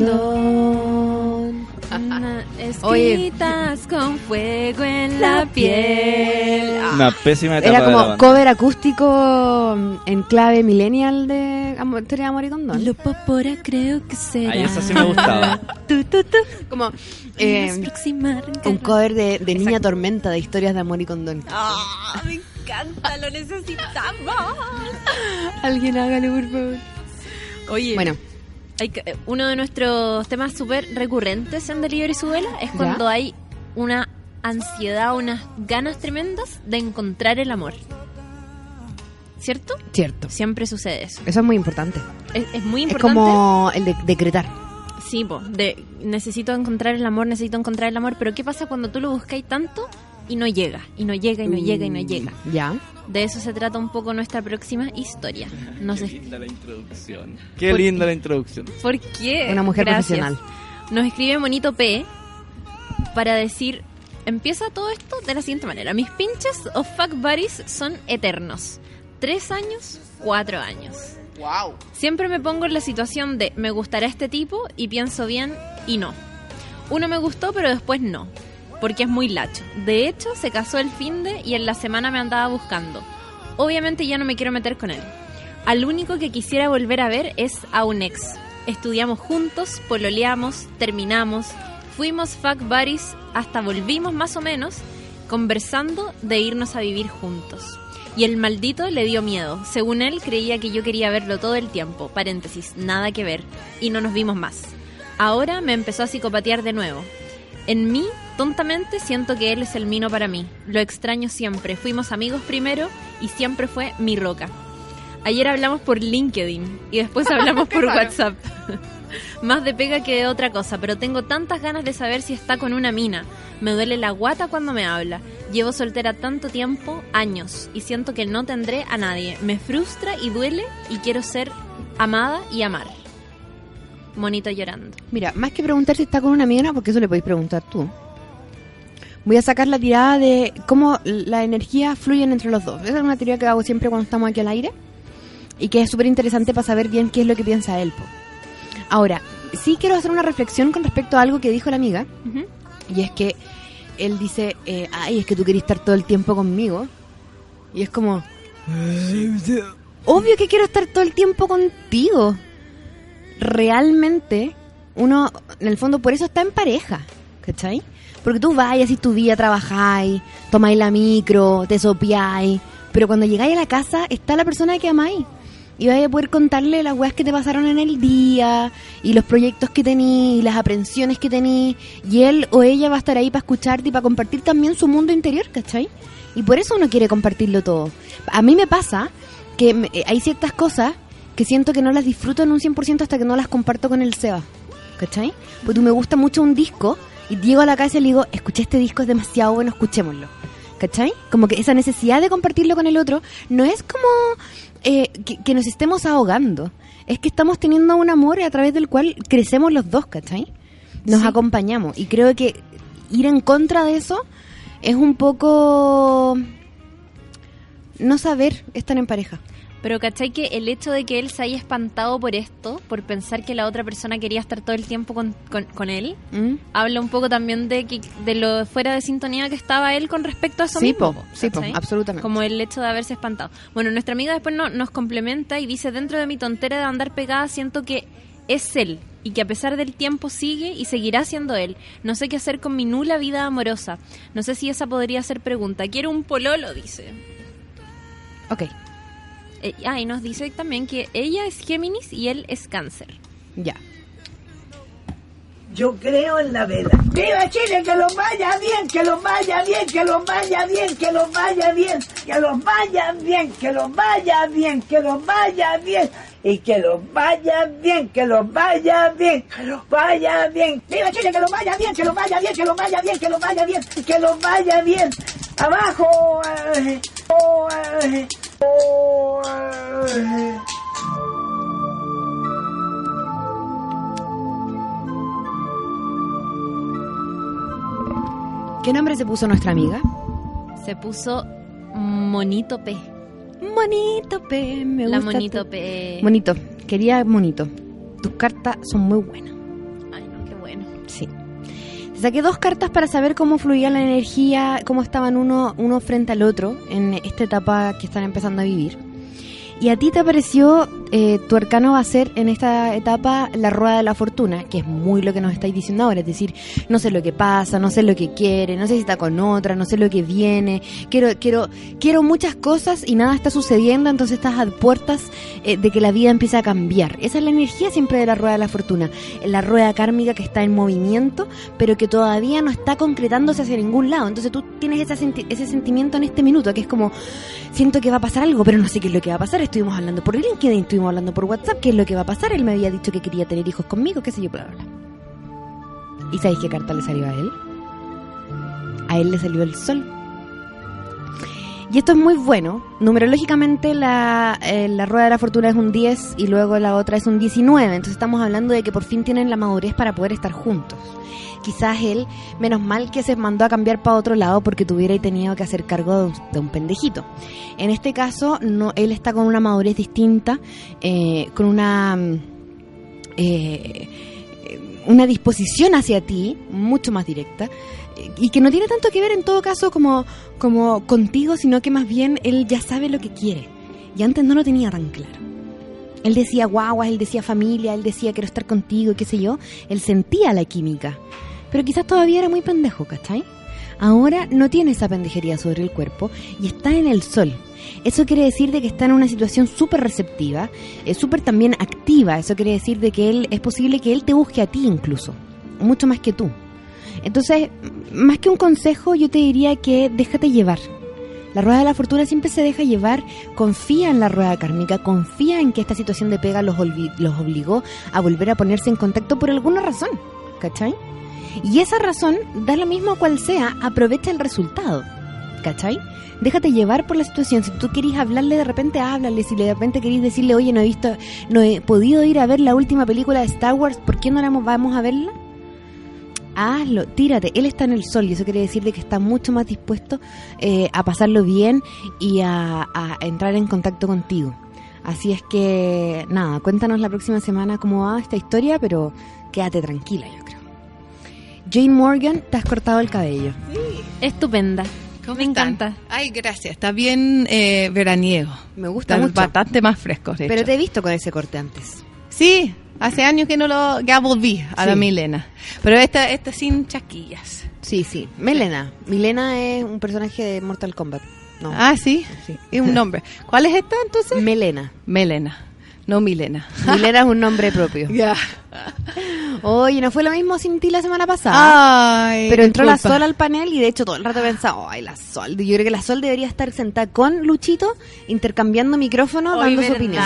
condón. Una- Oye. Escritas con fuego en la piel. Ah, Una pésima etapa Era de la como banda. cover acústico en clave millennial de amor, Historia de amor y condón. Lo popora creo que será. Ay, esa sí me gustaba. Tu, tu, tu. Como eh, Nos aproximar. un cover de, de Niña Tormenta de Historias de amor y condón. Ah, me encanta, lo necesitamos. Alguien hágalo, por favor. Oye, Bueno, hay que- uno de nuestros temas súper recurrentes en Delivery Suela es cuando ¿Ya? hay una ansiedad, unas ganas tremendas de encontrar el amor. ¿Cierto? cierto. Siempre sucede eso. Eso es muy importante. Es, es muy Es importante. como el de decretar. Sí, po, de necesito encontrar el amor, necesito encontrar el amor, pero ¿qué pasa cuando tú lo buscáis tanto y no llega, y no llega, y no llega, y no llega? Ya. De eso se trata un poco nuestra próxima historia. No Qué sé linda la introducción. Qué ¿Por linda la introducción. por qué. Una mujer Gracias. profesional. Nos escribe Monito P para decir, empieza todo esto de la siguiente manera. Mis pinches o fuck buddies son eternos. Tres años, cuatro años. Wow. Siempre me pongo en la situación de me gustará este tipo y pienso bien y no. Uno me gustó pero después no, porque es muy lacho. De hecho, se casó el finde y en la semana me andaba buscando. Obviamente ya no me quiero meter con él. Al único que quisiera volver a ver es a un ex. Estudiamos juntos, pololeamos, terminamos, fuimos fuck buddies, hasta volvimos más o menos, conversando de irnos a vivir juntos. Y el maldito le dio miedo. Según él, creía que yo quería verlo todo el tiempo. Paréntesis, nada que ver. Y no nos vimos más. Ahora me empezó a psicopatear de nuevo. En mí, tontamente, siento que él es el mino para mí. Lo extraño siempre. Fuimos amigos primero y siempre fue mi roca. Ayer hablamos por LinkedIn y después hablamos por WhatsApp. Más de pega que de otra cosa, pero tengo tantas ganas de saber si está con una mina. Me duele la guata cuando me habla. Llevo soltera tanto tiempo, años, y siento que no tendré a nadie. Me frustra y duele y quiero ser amada y amar. Monito llorando. Mira, más que preguntar si está con una amiga, porque eso le podéis preguntar tú. Voy a sacar la tirada de cómo la energía fluyen entre los dos. Esa es una teoría que hago siempre cuando estamos aquí al aire y que es súper interesante para saber bien qué es lo que piensa él, po. Ahora, sí quiero hacer una reflexión con respecto a algo que dijo la amiga. Ujú. Y es que él dice, eh, ay, es que tú querés estar todo el tiempo conmigo. Y es como, obvio que quiero estar todo el tiempo contigo. Realmente, uno, en el fondo, por eso está en pareja, ¿cachai? Porque tú vas y así tu vida, trabajáis, tomáis la micro, te sopiáis, pero cuando llegáis a la casa está la persona que amáis. Y vais a poder contarle las weas que te pasaron en el día, y los proyectos que tenís, y las aprensiones que tenís, y él o ella va a estar ahí para escucharte y para compartir también su mundo interior, ¿cachai? Y por eso uno quiere compartirlo todo. A mí me pasa que me- eh, hay ciertas cosas que siento que no las disfruto en un cien por ciento hasta que no las comparto con el Seba, ¿cachai? Porque tú me gusta mucho un disco, y llego a la casa y le digo, escuché este disco, es demasiado bueno, escuchémoslo. ¿Cachai? Como que esa necesidad de compartirlo con el otro no es como eh, que, que nos estemos ahogando. Es que estamos teniendo un amor a través del cual crecemos los dos, ¿cachai? Nos Sí. acompañamos. Y creo que ir en contra de eso es un poco no saber estar en pareja. Pero ¿cachai que el hecho de que él se haya espantado por esto, por pensar que la otra persona quería estar todo el tiempo con, con, con él, ¿Mm? habla un poco también de que de lo fuera de sintonía que estaba él con respecto a eso Sí, mismo? po, po, sí, po, ¿cachai? absolutamente. Como el hecho de haberse espantado. Bueno, nuestra amiga después no, nos complementa y dice, dentro de mi tontera de andar pegada siento que es él y que a pesar del tiempo sigue y seguirá siendo él. No sé qué hacer con mi nula vida amorosa. No sé si esa podría ser pregunta. Quiero un pololo, dice. Ok, Eh, ah, y nos dice también que ella es Géminis y él es Cáncer. ya. Yo creo en la vela. ¡Viva Chile! ¡Que los vaya bien! ¡Que los vaya bien! ¡Que los vaya bien! ¡Que los vaya bien! ¡Que los vaya bien! ¡Que los vaya bien! ¡Que los vaya bien! Y que los vaya bien, que los vaya bien, que los vaya bien. ¡Viva Chile! ¡Que los vaya bien! ¡Que los vaya bien! ¡Que los vaya bien! ¡Que los vaya bien! ¡Que los vaya bien! ¡Abajo! eh, oh, eh, oh, eh. ¿Qué nombre se puso nuestra amiga? Se puso Monito P. Monito P, me La gusta Monito tu- P. Monito, quería Monito. Tus cartas son muy buenas. Ay, no, qué bueno. Sí. Saqué dos cartas para saber cómo fluía la energía, cómo estaban uno, uno frente al otro en esta etapa que están empezando a vivir. Y a ti te pareció, eh, tu arcano va a ser en esta etapa la rueda de la fortuna, que es muy lo que nos estáis diciendo ahora, es decir, no sé lo que pasa, no sé lo que quiere, no sé si está con otra, no sé lo que viene, quiero quiero quiero muchas cosas y nada está sucediendo, entonces estás a puertas eh, de que la vida empiece a cambiar. Esa es la energía siempre de la rueda de la fortuna, la rueda kármica que está en movimiento, pero que todavía no está concretándose hacia ningún lado. Entonces tú tienes ese, senti- ese sentimiento en este minuto, que es como, siento que va a pasar algo, pero no sé qué es lo que va a pasar. Estuvimos hablando por LinkedIn, estuvimos hablando por WhatsApp, qué es lo que va a pasar. Él me había dicho que quería tener hijos conmigo, qué sé yo, bla, bla, bla. ¿Y sabéis qué carta le salió a él? A él le salió el sol. Y esto es muy bueno. Numerológicamente la, eh, la rueda de la fortuna es un diez y luego la otra es un diecinueve. Entonces estamos hablando de que por fin tienen la madurez para poder estar juntos. Quizás él, menos mal que se mandó a cambiar para otro lado porque tuviera y tenido que hacer cargo de un, de un pendejito. En este caso, no, él está con una madurez distinta, eh, con una eh, una disposición hacia ti mucho más directa, eh, y que no tiene tanto que ver en todo caso como, como contigo, sino que más bien él ya sabe lo que quiere. Y antes no lo tenía tan claro. Él decía guaguas, él decía familia, él decía quiero estar contigo, qué sé yo. Él sentía la química. Pero quizás todavía era muy pendejo, ¿cachai? Ahora no tiene esa pendejería sobre el cuerpo y está en el sol. Eso quiere decir de que está en una situación súper receptiva, es súper también activa. Eso quiere decir de que él es posible que él te busque a ti incluso, mucho más que tú. Entonces, más que un consejo, yo te diría que déjate llevar. La rueda de la fortuna siempre se deja llevar, confía en la rueda kármica, confía en que esta situación de pega los, olvi- los obligó a volver a ponerse en contacto por alguna razón, ¿cachai? Y esa razón, da lo mismo cual sea, aprovecha el resultado, ¿cachai? Déjate llevar por la situación. Si tú querís hablarle, de repente háblale. Si de repente querís decirle, oye, no he visto, no he podido ir a ver la última película de Star Wars, ¿por qué no la vamos a verla? Hazlo, tírate. Él está en el sol y eso quiere decir de que está mucho más dispuesto eh, a pasarlo bien y a, a entrar en contacto contigo. Así es que, nada, cuéntanos la próxima semana cómo va esta historia, pero quédate tranquila, yo creo. Jane Morgan, te has cortado el cabello. Estupenda. ¿Cómo Me están? encanta. Ay, gracias. Está bien eh, veraniego. Me gusta Está mucho. bastante más fresco, de Pero hecho. te he visto con ese corte antes. Sí, hace años que no lo... Ya volví a Sí. la Milena. Pero esta, esta sin chaquillas. Sí, sí. Melena. Milena es un personaje de Mortal Kombat. No. Ah, sí. Sí. Es un nombre. ¿Cuál es esta entonces? Melena. Melena. No Milena. Milena es un nombre propio. Ya. Oye, ¿no fue lo mismo sin ti la semana pasada? Ay, Pero entró disculpa. la Sol al panel y de hecho todo el rato pensaba, ay, la Sol. Yo creo que la Sol debería estar sentada con Luchito, intercambiando micrófono, Ay, dando su ¿verdad? opinión.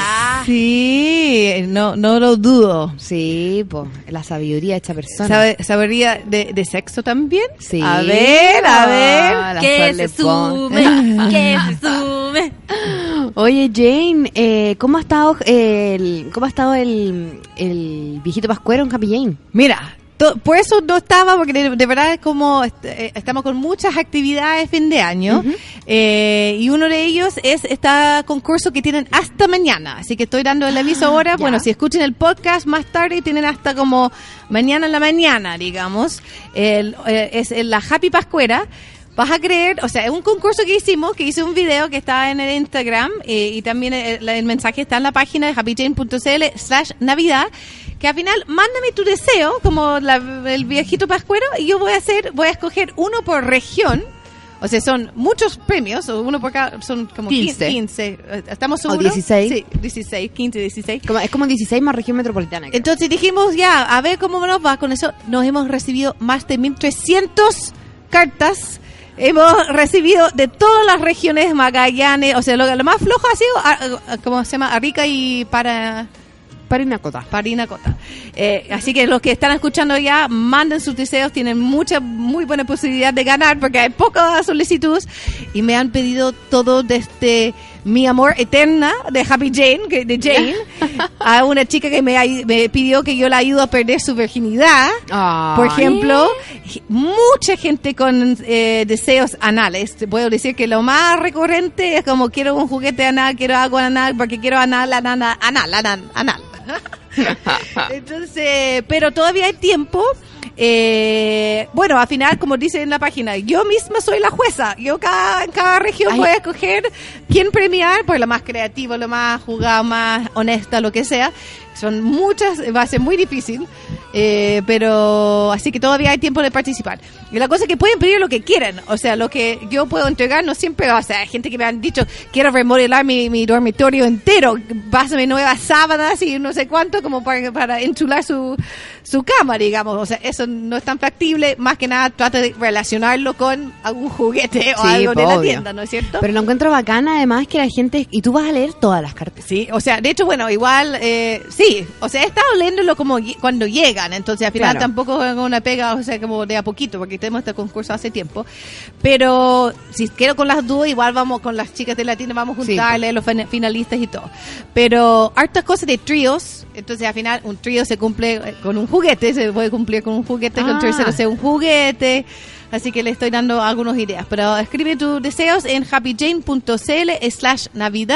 Sí, no, no lo dudo. Sí, pues, la sabiduría de esta persona. ¿Sabe, ¿Sabería de, de sexo también? Sí. A ver, a Ah, ver. la Que Sol le se pone. sume, que se sume. Oye, Jane, eh, ¿cómo ha estado el, cómo ha estado el, el viejito pascuero en Happy Jane? Mira, to- por eso no estaba, porque de, de verdad es como est- eh, estamos con muchas actividades fin de año, Ujú. eh, y uno de ellos es este concurso que tienen hasta mañana, así que estoy dando el aviso ahora. ya. Bueno, si escuchen el podcast más tarde, tienen hasta como mañana en la mañana, digamos. El, eh, es en la Happy Pascuera. Vas a creer, o sea, es un concurso que hicimos, que hice un video que está en el Instagram, eh, y también el, el mensaje está en la página de happyjane.cl slash navidad, que al final, mándame tu deseo, como la- el viejito pascuero, y yo voy a hacer, voy a escoger uno por región. O sea, son muchos premios, o uno por cada, son como quince. quince. ¿Estamos O seguros? dieciséis. Sí, dieciséis, quince, dieciséis. Como, es como dieciséis más región metropolitana. creo. Entonces dijimos, ya, a ver cómo nos va con eso. Nos hemos recibido más de mil trescientas cartas. Hemos recibido de todas las regiones, Magallanes, o sea, lo, lo más flojo ha sido, a- a- ¿cómo se llama? Arica y para... Parinacota. Parinacota. Eh, así que los que están escuchando ya, manden sus deseos, tienen mucha, muy buena posibilidad de ganar porque hay poca solicitud y me han pedido todo desde mi amor eterna de Happy Jane, que- de Jane, a una chica que me, ay- me pidió que yo la ayude a perder su virginidad. Ay. Por ejemplo, mucha gente con eh, deseos anales. Te puedo decir que lo más recurrente es como quiero un juguete anal, quiero algo anal, porque quiero anal, anal, anal, anal. anal. Entonces, pero todavía hay tiempo. Eh, bueno, al final, como dice en la página, yo misma soy la jueza. Yo cada, en cada región Ay. voy a escoger quién premiar por lo más creativo, lo más jugado, más honesta, lo que sea. Son muchas, va a ser muy difícil, eh, pero así que todavía hay tiempo de participar. Y la cosa es que pueden pedir lo que quieran, o sea, lo que yo puedo entregar no siempre, o sea, hay gente que me han dicho, quiero remodelar mi, mi dormitorio entero, pásame nuevas sábanas y no sé cuánto, como para, para enchular su, su cama, digamos, o sea, eso no es tan factible, más que nada trata de relacionarlo con algún juguete o Sí, algo de la obvio. tienda, ¿no es cierto? Pero lo encuentro bacana, además, que la gente... Y tú vas a leer todas las cartas. Sí, o sea, de hecho, bueno, igual, eh, sí, o sea, he estado leyéndolo como lle- cuando llegan, entonces al final Claro. tampoco es una pega, o sea, como de a poquito, porque tenemos este concurso hace tiempo, pero si quiero con las dudas, igual vamos con las chicas de Latina, vamos a Sí, juntarle los fin- finalistas y todo, pero hartas cosas de tríos, entonces al final un trío se cumple eh, con un juguete, se puede cumplir con un juguete, con Ah. tercero sea un juguete. Así que le estoy dando algunas ideas, pero escribe tus deseos en happyjane.cl slash navidad.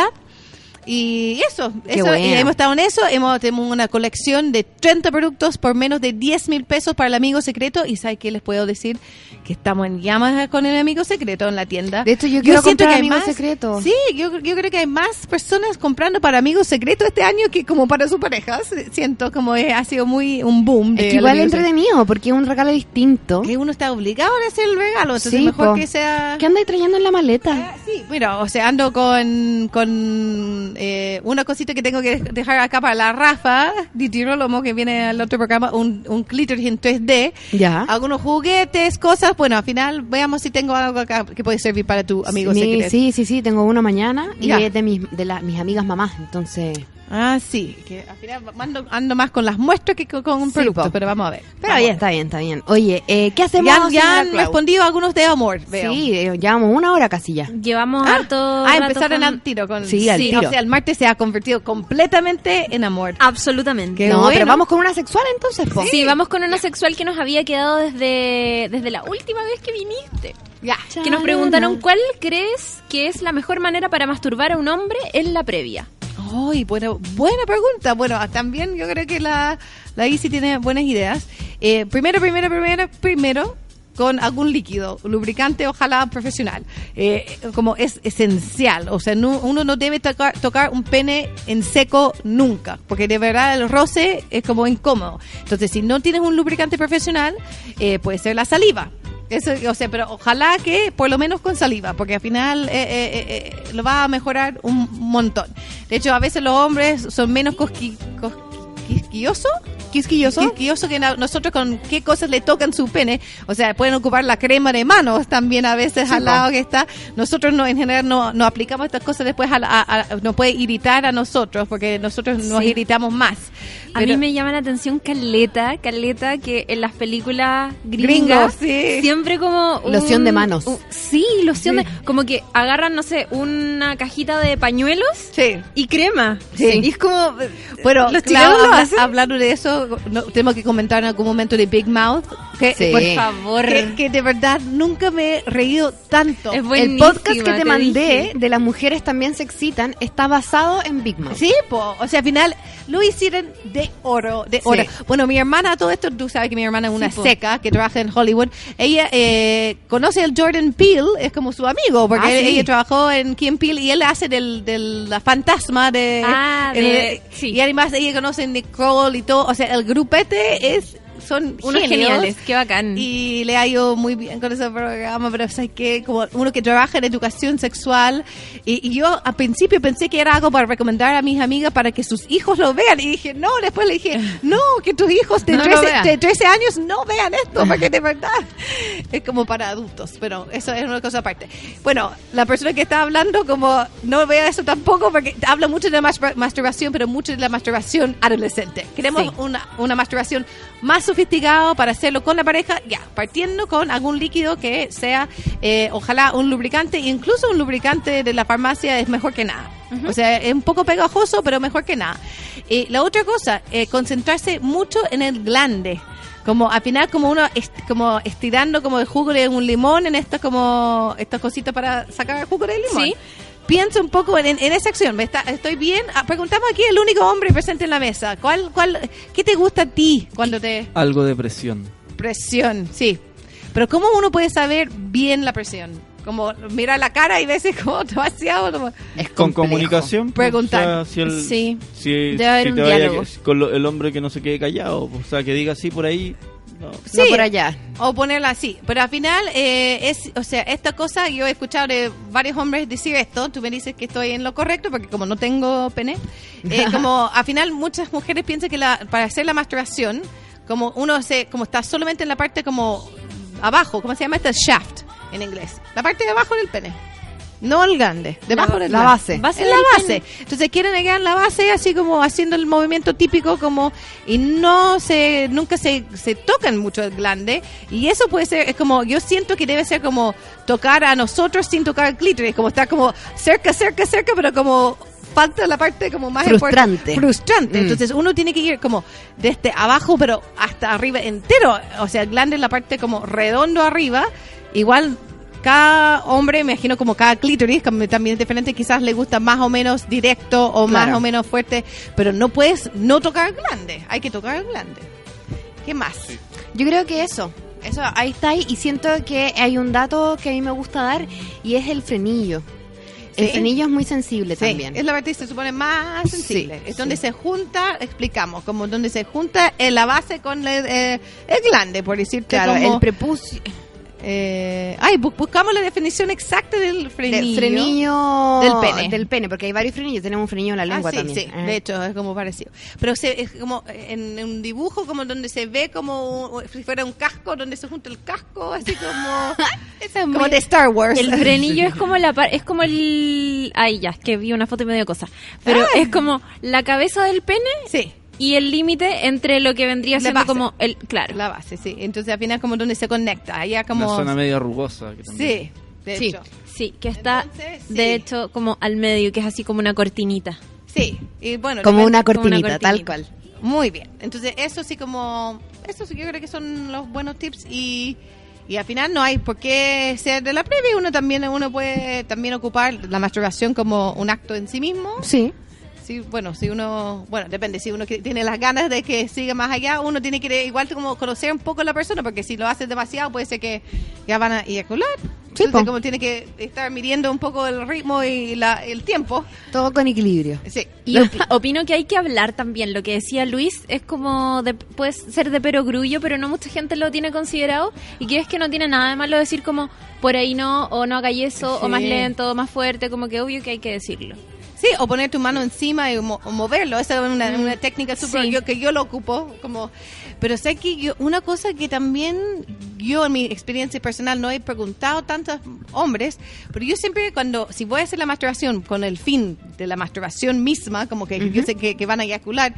Y eso, Qué eso buena. y hemos estado en eso, hemos tenemos una colección de treinta productos por menos de diez mil pesos para el amigo secreto. Y ¿sabes qué les puedo decir? Que estamos en llamas con el amigo secreto en la tienda. De hecho, yo quiero siento comprar que hay Amigo más- Secreto. Sí, yo, yo creo que hay más personas comprando para amigos secretos este año que como para sus parejas. Siento como es- ha sido muy un boom. Es de que igual es amigos secretos. entretenido, porque es un regalo distinto. Que uno está obligado a hacer el regalo, entonces Sí, mejor po. que sea... ¿Qué andáis trayendo en la maleta? Ah, sí, mira, o sea, ando con, con eh, una cosita que tengo que dejar acá para la Rafa Di Girolamo, que viene al otro programa, un, un clítoris en tres D, Ya. algunos juguetes, cosas, bueno, al final veamos si tengo algo acá que puede servir para tu amigo Mi- secreto. sí, sí, sí, tengo uno mañana y Ya. es de mis, de la- mis amigas mamás, entonces... Ah, sí, que al final ando, ando más con las muestras que con, con un Sí, producto, po. pero vamos a ver. Pero Vamos bien, a está bien, está bien. Oye, eh, ¿qué ver. hacemos? Ya, ya señora han Clau? respondido algunos de amor, veo. Sí, eh, llevamos una hora casi ya. Llevamos Ah, harto ah, rato empezaron con- al tiro con... Sí, al tiro. O sea, el martes se ha convertido completamente en amor. Absolutamente. Qué no, bueno. pero vamos con una sexual entonces, po. Sí, vamos con una sexual que nos había quedado desde, desde la última vez que viniste. Ya. Que nos preguntaron cuál crees que es la mejor manera para masturbar a un hombre en la previa. Ay, buena, buena pregunta. Bueno, también yo creo que la, la Isi tiene buenas ideas. Eh, primero, primero, primero, primero, con algún líquido, lubricante, ojalá profesional. Eh, como es esencial. O sea, no- uno no debe tocar, tocar un pene en seco nunca, porque de verdad el roce es como incómodo. Entonces, si no tienes un lubricante profesional, eh, puede ser la saliva. Eso, o sea, pero ojalá que por lo menos con saliva, porque al final eh, eh, eh, eh, lo va a mejorar un montón. De hecho, a veces los hombres son menos cosqui, cos- quisquillosos. ¿Quisquilloso? Quisquilloso que na- nosotros con qué cosas le tocan su pene. O sea, pueden ocupar la crema de manos también a veces Sí, al po. lado que está. Nosotros no, en general no, no aplicamos estas cosas después, a, la- a- a- nos puede irritar a nosotros porque nosotros nos Sí. irritamos más. A Pero- mí me llama la atención Caleta, Caleta, que en las películas gringas Gringos, sí. siempre como... un- Loción de manos. un- sí, loción Sí. de... Como que agarran, no sé, una cajita de pañuelos Sí. y crema. Sí. Y es como... Bueno, los claro, chilenos lo habla- hacen. hablando de eso, no- tenemos que comentar en algún momento de Big Mouth. Que, Sí. Por favor. que, que de verdad nunca me he reído tanto. Es El buenísima, podcast que te, te mandé dije. de las mujeres también se excitan está basado en Big Mouth. Sí, po. O sea, al final lo hicieron de oro, de oro. Sí. Bueno, mi hermana, todo esto, tú sabes que mi hermana es una po. seca que trabaja en Hollywood. Ella eh, conoce al Jordan Peele, es como su amigo, porque Ah, él- sí. ella trabajó en Kim Peele y él hace del, del la fantasma de... Ah, de- el- sí. Y además ella conoce a Nicole y todo. O sea, el grupete es... Son Unos genios. geniales, qué bacán. Y le ha ido muy bien con ese programa, pero ¿sabes qué? Como uno que trabaja en educación sexual. Y, y yo al principio pensé que era algo para recomendar a mis amigas para que sus hijos lo vean. Y dije, no, después le dije, no, que tus hijos de, No lo trece, vean. de trece años no vean esto, porque de verdad es como para adultos. Pero eso es una cosa aparte. Bueno, la persona que está hablando, como no vea eso tampoco, porque habla mucho de la mas- masturbación, pero mucho de la masturbación adolescente. Queremos Sí. una, una masturbación más sofisticado para hacerlo con la pareja, ya, partiendo con algún líquido que sea, eh, ojalá un lubricante, incluso un lubricante de la farmacia es mejor que nada. Uh-huh. O sea, es un poco pegajoso, pero mejor que nada. Y la otra cosa, eh, concentrarse mucho en el glande. Como al final, como uno est- como estirando como el jugo de un limón en estas como estas cositas para sacar el jugo del limón. Sí. Piensa un poco en, en esa acción. ¿Me está, ¿Estoy bien? Ah, preguntamos aquí el único hombre presente en la mesa. ¿Cuál, cuál, ¿Qué te gusta a ti cuando te...? Algo de presión. Presión, sí. Pero ¿cómo uno puede saber bien la presión? Como mira la cara y ves como demasiado... Como... Es con comunicación. Preguntar. O sea, si el, sí. Si, Debe haber si un te vaya diálogo. que, con lo, el hombre que no se quede callado. O sea, que diga así por ahí... No. Sí, no por allá. O ponerla así. Pero al final, eh, es, o sea, esta cosa, yo he escuchado de varios hombres decir esto. Tú me dices que estoy en lo correcto, porque como no tengo pene, eh, como al final muchas mujeres piensan que la, para hacer la masturbación, como uno se, como está solamente en la parte como abajo, ¿cómo se llama? Este shaft en inglés. La parte de abajo del pene. No el grande, debajo la, del la glande. base. base en la base. Entonces quieren llegar a la base así como haciendo el movimiento típico como y no se nunca se, se tocan mucho el glande y eso puede ser es como yo siento que debe ser como tocar a nosotros sin tocar el clítoris, como estar como cerca, cerca, cerca, pero como falta la parte como más frustrante. Importante. Frustrante. Mm. Entonces uno tiene que ir como desde abajo pero hasta arriba entero, o sea, el glande en la parte como redondo arriba, igual cada hombre, me imagino como cada clítoris, como también es diferente, quizás le gusta más o menos directo o claro. más o menos fuerte, pero no puedes no tocar el glande, hay que tocar el glande. ¿Qué más? Sí. Yo creo que eso, eso ahí está ahí, y siento que hay un dato que a mí me gusta dar y es el frenillo. Sí. El frenillo es muy sensible sí. también. Es la parte que se supone más sensible. Sí. Es donde sí. se junta, explicamos, como donde se junta en la base con el, eh, el glande, por decirte claro, como... el prepucio... Eh, ay, bu- buscamos la definición exacta del frenillo. Del frenillo del pene. Del pene, porque hay varios frenillos. Tenemos un frenillo en la lengua ah, sí, también. Sí, eh. de hecho es como parecido. Pero se, es como en, en un dibujo como donde se ve como si fuera un casco, donde se junta el casco, así como es como muy... de Star Wars. El frenillo es como la par- es como el ay ya, es que vi una foto y me dio cosa. Pero ay. es como la cabeza del pene. Sí. Y el límite entre lo que vendría siendo como el claro la base, sí. Entonces al final como donde se conecta, allá como una zona medio rugosa. Que también... Sí, de sí. hecho. Sí, que está Entonces, sí. de hecho como al medio, que es así como una cortinita. Sí, y bueno, como depende, una cortinita, como una tal cortinita. cual. Muy bien. Entonces eso sí como eso sí yo creo que son los buenos tips y y al final no hay por qué ser de la previa, uno también uno puede también ocupar la masturbación como un acto en sí mismo. Sí. Sí, bueno, si uno, bueno, depende, si uno tiene las ganas de que siga más allá, uno tiene que igual como conocer un poco a la persona, porque si lo haces demasiado puede ser que ya van a eyacular. Sí, entonces como tiene que estar midiendo un poco el ritmo y la, el tiempo. Todo con equilibrio. Sí. Y op- opino que hay que hablar también. Lo que decía Luis es como de, puede ser de perogrullo, pero no mucha gente lo tiene considerado y que es que no tiene nada de malo decir como por ahí no, o no hagáis eso, sí. o más lento, o más fuerte, como que obvio que hay que decirlo. Sí, o poner tu mano encima y mo- moverlo. Esa es una, una técnica súper sí. yo, que yo lo ocupo. Como, pero sé que yo, una cosa que también yo en mi experiencia personal no he preguntado a tantos hombres, pero yo siempre cuando, si voy a hacer la masturbación con el fin de la masturbación misma, como que uh-huh. yo sé que, que van a eyacular,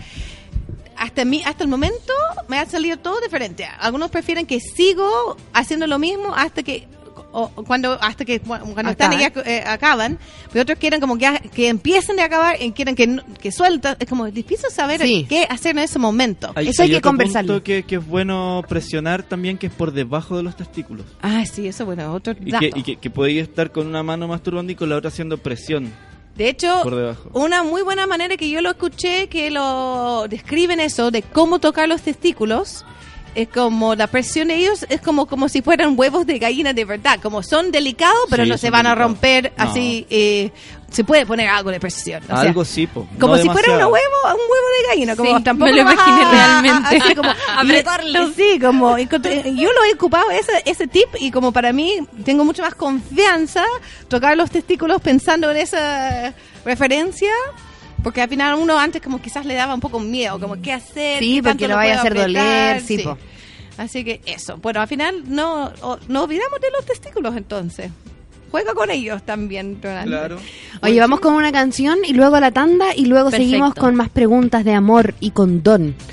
hasta mí, hasta el momento me ha salido todo diferente. Algunos prefieren que sigo haciendo lo mismo hasta que o cuando hasta que cuando están ya, eh, acaban, pero otros quieren como que, que empiecen a acabar y quieren que, que suelta, es como difícil saber sí. qué hacer en ese momento. Hay, eso hay, hay que conversarlo. Que, que es bueno presionar también, que es por debajo de los testículos. Ah, sí, eso bueno, otro y dato. que, y que, que podéis estar con una mano masturbando y con la otra haciendo presión. De hecho, por debajo. Una muy buena manera que yo lo escuché que lo describen eso de cómo tocar los testículos. Es como la presión de ellos es como como si fueran huevos de gallina de verdad, como son delicados pero sí, no se van delicados. A romper no. Así eh, se puede poner algo de presión o algo sea, sí po, como no si demasiado. fuera un huevo un huevo de gallina como sí, tampoco me lo imaginé a, realmente a, así como apretarlo sí como yo lo he ocupado ese ese tip y como para mí tengo mucho más confianza tocar los testículos pensando en esa referencia. Porque al final uno antes como quizás le daba un poco miedo, como qué hacer. Sí, qué porque lo vaya a hacer apretar, doler, sí, sí. Po. Así que eso. Bueno, al final no, no olvidamos de los testículos entonces. Juega con ellos también, Rolando. Claro. Oye, pues, vamos con una canción y luego a la tanda y luego perfecto. Seguimos con más preguntas de amor y condón. Mm.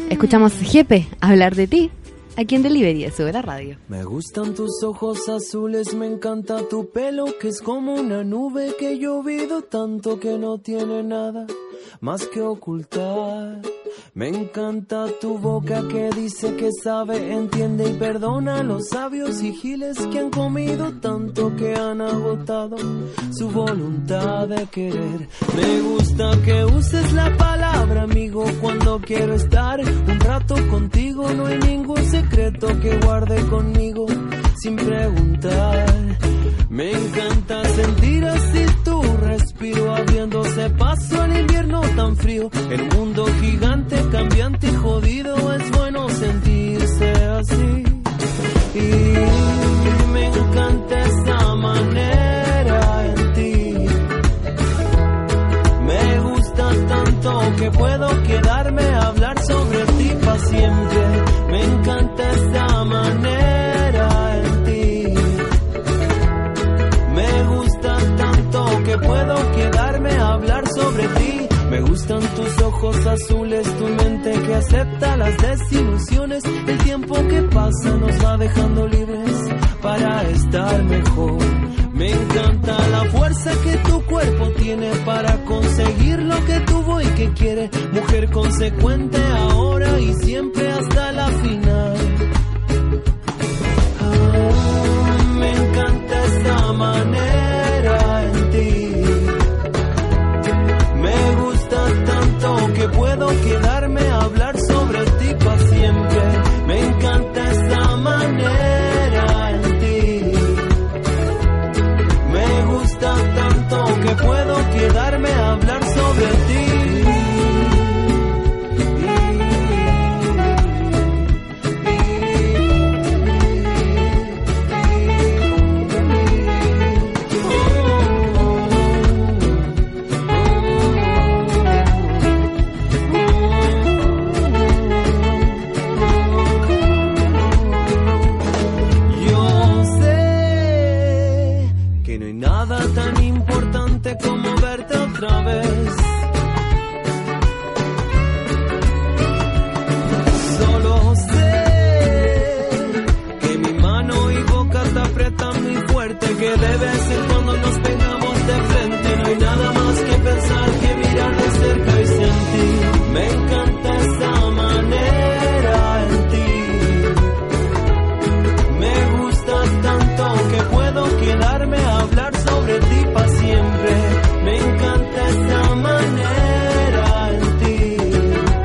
Escuchamos Jepe hablar de ti, aquí en Delivery de Sube la Radio. Me gustan tus ojos azules, me encanta tu pelo, que es como una nube que he llovido tanto que no tiene nada más que ocultar. Me encanta tu boca que dice que sabe, entiende y perdona a los sabios y giles que han comido tanto que han agotado su voluntad de querer. Me gusta que uses la palabra amigo cuando quiero estar un rato contigo. No hay ningún secreto que guarde conmigo sin preguntar. Me encanta sentir así tu respiro, abriéndose paso al invierno tan frío. El mundo gigante, cambiante y jodido, es bueno sentirse así. Y me encanta esa manera en ti. Me gusta tanto que puedo quedarme a hablar sobre ti para siempre. Me encanta esa manera en ti. Me gusta tanto que puedo quedarme a hablar sobre ti. Me gustan tus ojos azules, tu mente que acepta las desilusiones. El tiempo que pasa nos va dejando libres para estar mejor. Me encanta la fuerza que tu cuerpo tiene para conseguir lo que tuvo y que quiere. Mujer consecuente ahora y siempre hasta la final. Ah, me encanta esta manera en ti. Me gusta tanto que puedo quedarme a hablar sobre ti para siempre. Me encanta esta manera en ti. Me gusta tanto que puedo quedarme a hablar sobre ti. Tan importante como verte otra vez. Solo sé que mi mano y boca te aprietan muy fuerte, que de vez en cuando nos pegamos de frente. No hay nada más que pensar que mirar de cerca y sentir. Me encanta esa manera en ti. Me gusta tanto que puedo quedarme a hablar sobre ti para siempre. Me encanta esa manera en ti.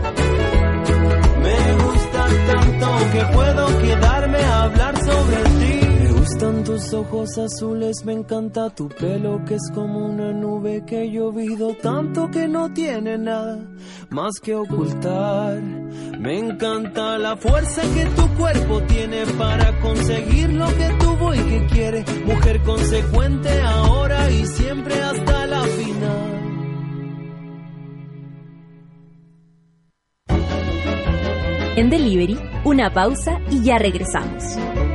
Me gusta tanto que puedo quedarme a hablar sobre ti. Me gustan tus ojos azules, me encanta tu pelo que es como una nube que he llovido tanto que no tiene nada más que ocultar. Me encanta la fuerza que tu cuerpo tiene para conseguir lo que tuvo y que quiere. Mujer consecuente ahora y siempre hasta la final. En Delivery, una pausa y ya regresamos.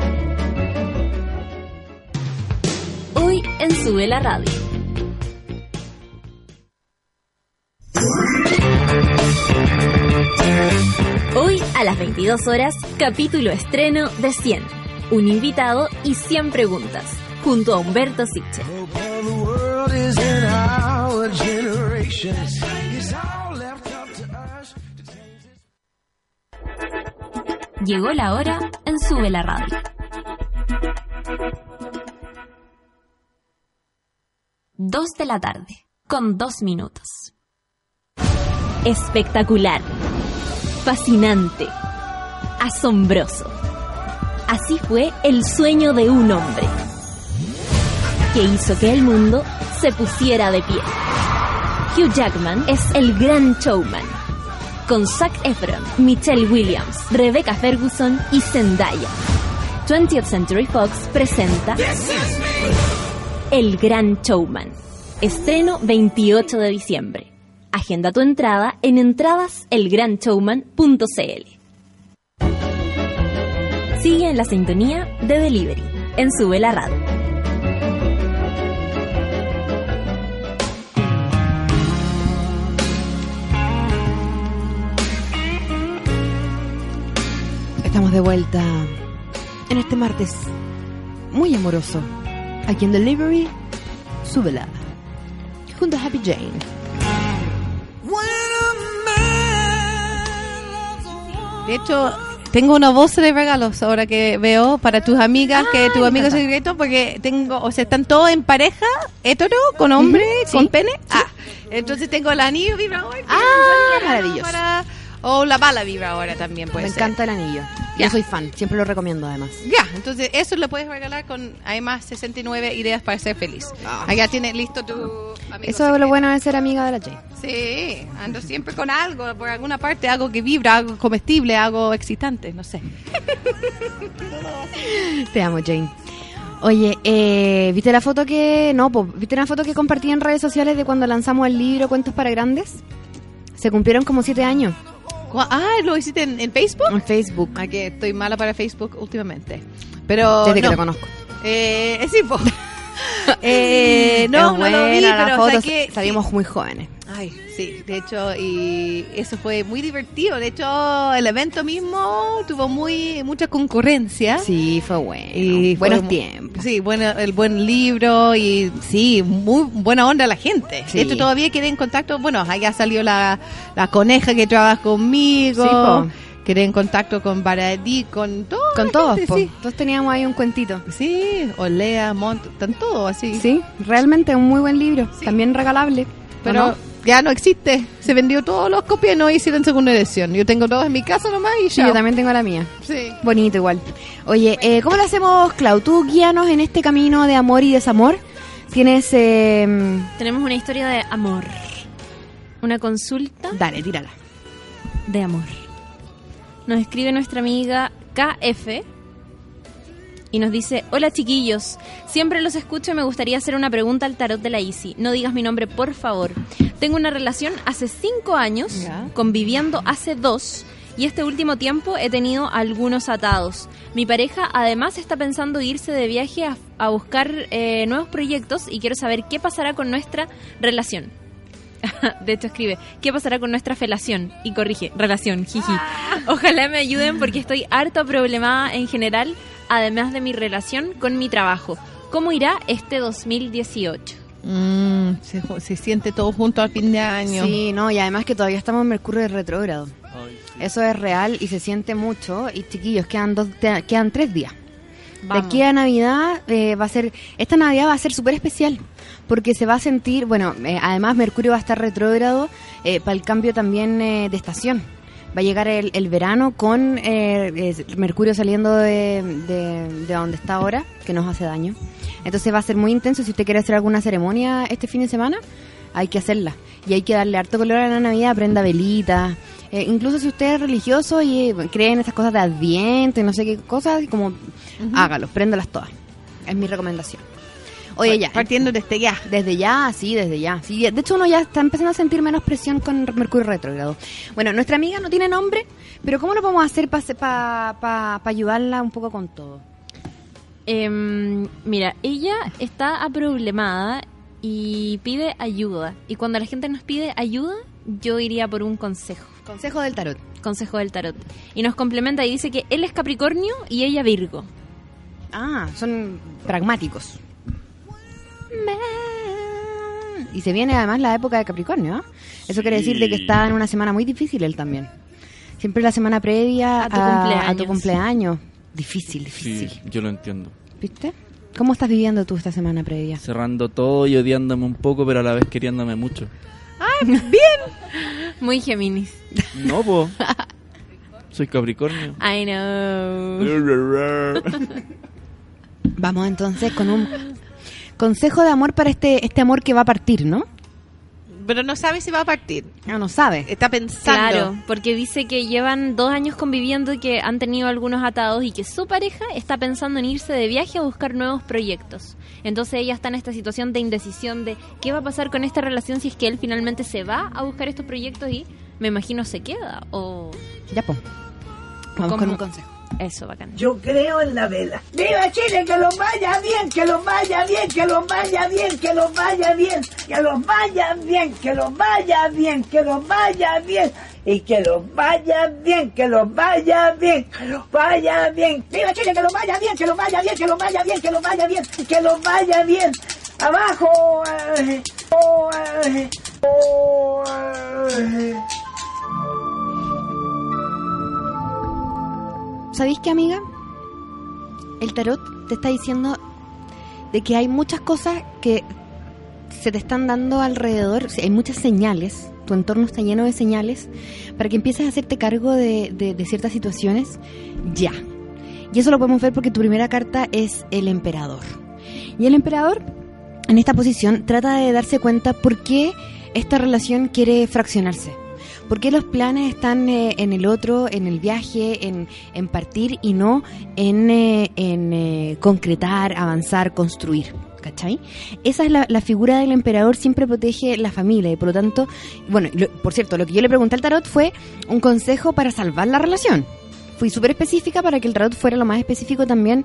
Hoy en Sube la Radio. Hoy a las veintidós horas, capítulo estreno de cien. Un invitado y cien preguntas, junto a Humberto Siche. Llegó la hora en Sube la Radio. Dos de la tarde, con dos minutos. Espectacular. Fascinante, asombroso. Así fue el sueño de un hombre que hizo que el mundo se pusiera de pie. Hugh Jackman es el gran showman, con Zac Efron, Michelle Williams, Rebecca Ferguson y Zendaya. twentieth Century Fox presenta El Gran Showman. Estreno veintiocho de diciembre. Agenda tu entrada en entradas el gran showman punto c l. Sigue en la sintonía de Delivery, en Sube la Radio. de vuelta en este martes muy amoroso. Aquí en Delivery, súbela. Junto a Happy Jane. De hecho, tengo una voz de regalos ahora que veo para tus amigas, Ah, que tus me amigos encanta. secretos, porque tengo, o sea, están todos en pareja, hetero, con hombre, Ujú, con sí, pene. Ah, entonces tengo el anillo vibrador. que Ah, es un regalo maravilloso. para- o la bala vibradora también puede Me ser. encanta el anillo. Ya. Yo soy fan, siempre lo recomiendo además. Ya, entonces eso lo puedes regalar con además sesenta y nueve ideas para ser feliz. Allá tienes listo tu amigo Eso es lo bueno de ser amiga de la Jane. Sí, ando siempre con algo, por alguna parte, algo que vibra, algo comestible, algo excitante, no sé. Te amo, Jane. Oye, eh, ¿viste la foto que... No, po, ¿viste la foto que compartí en redes sociales de cuando lanzamos el libro Cuentos para Grandes? Se cumplieron como siete años Cu- Ah, ¿lo hiciste en, en Facebook? en Facebook. Ah, que estoy mala para Facebook últimamente. Pero Desde que no. te conozco. Eh, sí, po. eh, no, Es no lo vi, buena la pero foto, saqué... salimos muy jóvenes. Ay, sí, de hecho, y eso fue muy divertido. De hecho, el evento mismo tuvo muy mucha concurrencia. Sí, fue bueno. Y fue Buenos mu- tiempos. Sí, bueno, el buen libro y sí, muy buena onda la gente. Sí. De hecho, todavía quedé en contacto. Bueno, allá salió la, la coneja que trabaja conmigo. Sí, po. Quedé en contacto con Baradí, con todo. Con todos, gente, po. sí. Todos teníamos ahí un cuentito. Sí, Olea, Mont, están todos así. Sí, realmente un muy buen libro. También regalable. Pero ¿o no? ya no existe. Se vendió todos los copias y no hicieron segunda edición. Yo tengo todos en mi casa nomás y Sí, ya. yo también tengo la mía. Sí. Bonito igual. Oye, eh, ¿cómo lo hacemos, Clau? Tú guíanos en este camino de amor y desamor. Tienes... Eh, Tenemos una historia de amor. Una consulta dale, tírala. de amor. Nos escribe nuestra amiga K F y nos dice: hola chiquillos, siempre los escucho y me gustaría hacer una pregunta al tarot de la Isi. No digas mi nombre, por favor. Tengo una relación hace cinco años, Ya. conviviendo hace dos, y este último tiempo he tenido algunos atados. Mi pareja además está pensando irse de viaje a, a buscar eh, nuevos proyectos y quiero saber qué pasará con nuestra relación. De hecho escribe, ¿qué pasará con nuestra felación? Y corrige, relación, jiji. Ojalá me ayuden porque estoy harto problemada en general, además de mi relación con mi trabajo. ¿Cómo irá este dos mil dieciocho? Mm, se, ju- se siente todo junto al fin de año. Sí, no, y además que todavía estamos en Mercurio retrógrado. Eso es real y se siente mucho. Y chiquillos, quedan dos, te- quedan tres días. De Vamos. aquí a Navidad eh, va a ser, esta Navidad va a ser súper especial porque se va a sentir, bueno, eh, además Mercurio va a estar retrógrado eh, para el cambio también eh, de estación. Va a llegar el, el verano con eh, eh, Mercurio saliendo de, de, de donde está ahora, que nos hace daño. Entonces va a ser muy intenso. Si usted quiere hacer alguna ceremonia este fin de semana, hay que hacerla. Y hay que darle harto color a la Navidad, prenda velitas. Eh, incluso si usted es religioso y eh, cree en estas cosas de Adviento y no sé qué cosas, como hágalo, préndalas todas. Es mi recomendación. Oye, ya. Partiendo desde ya. Desde ya, sí, desde ya. Sí, de hecho, uno ya está empezando a sentir menos presión con Mercurio retrógrado. Bueno, nuestra amiga no tiene nombre, pero ¿cómo lo podemos hacer para pa, pa, pa ayudarla un poco con todo? Em, mira, ella está aproblemada y pide ayuda. Y cuando la gente nos pide ayuda, yo iría por un consejo. Consejo del tarot. Consejo del tarot. Y nos complementa y dice que él es Capricornio y ella Virgo. Ah, son pragmáticos. Y se viene además la época de Capricornio, ¿ah? Eso quiere decir de que está en una semana muy difícil él también. Siempre la semana previa A tu a, cumpleaños. a tu cumpleaños. Difícil, difícil. Sí, yo lo entiendo. ¿Viste? ¿Cómo estás viviendo tú esta semana previa? Cerrando todo y odiándome un poco, pero a la vez queriéndome mucho. Muy Géminis. No, po. Soy Capricornio. I know. Vamos entonces con un consejo de amor para este este amor que va a partir, ¿no? Pero no sabe si va a partir. No, no sabe. Está pensando. Claro, porque dice que llevan dos años conviviendo y que han tenido algunos atados y que su pareja está pensando en irse de viaje a buscar nuevos proyectos. Entonces ella está en esta situación de indecisión de qué va a pasar con esta relación si es que él finalmente se va a buscar estos proyectos y me imagino se queda o... Ya, po. Vamos ¿Cómo? con un consejo. Eso, bacán. Yo creo en la vela. ¡Viva Chile! ¡Que los vaya bien! ¡Que los vaya bien! ¡Que los vaya bien! ¡Que los vaya bien! ¡Que los vaya bien! ¡Que los vaya bien! ¡Que los vaya bien! y que los vaya bien, que los vaya bien, que los vaya bien. ¡Viva Chile, que los vaya bien, que los vaya bien, que los vaya bien, que los vaya bien, que los vaya bien! ¡Abajo! Eh, oh, eh, oh, eh. ¿Sabéis qué, amiga? El tarot te está diciendo de que hay muchas cosas que se te están dando alrededor, o sea, hay muchas señales, tu entorno está lleno de señales para que empieces a hacerte cargo de, de, de ciertas situaciones ya. Y eso lo podemos ver porque tu primera carta es el emperador. Y el emperador, en esta posición, trata de darse cuenta por qué esta relación quiere fraccionarse. ¿Por qué los planes están eh, en el otro, en el viaje, en, en partir y no en, eh, en eh, concretar, avanzar, construir? ¿Cachai? Esa es la, la figura del emperador, siempre protege la familia y por lo tanto, bueno, lo, por cierto, lo que yo le pregunté al tarot fue un consejo para salvar la relación. Fui súper específica para que el tarot fuera lo más específico también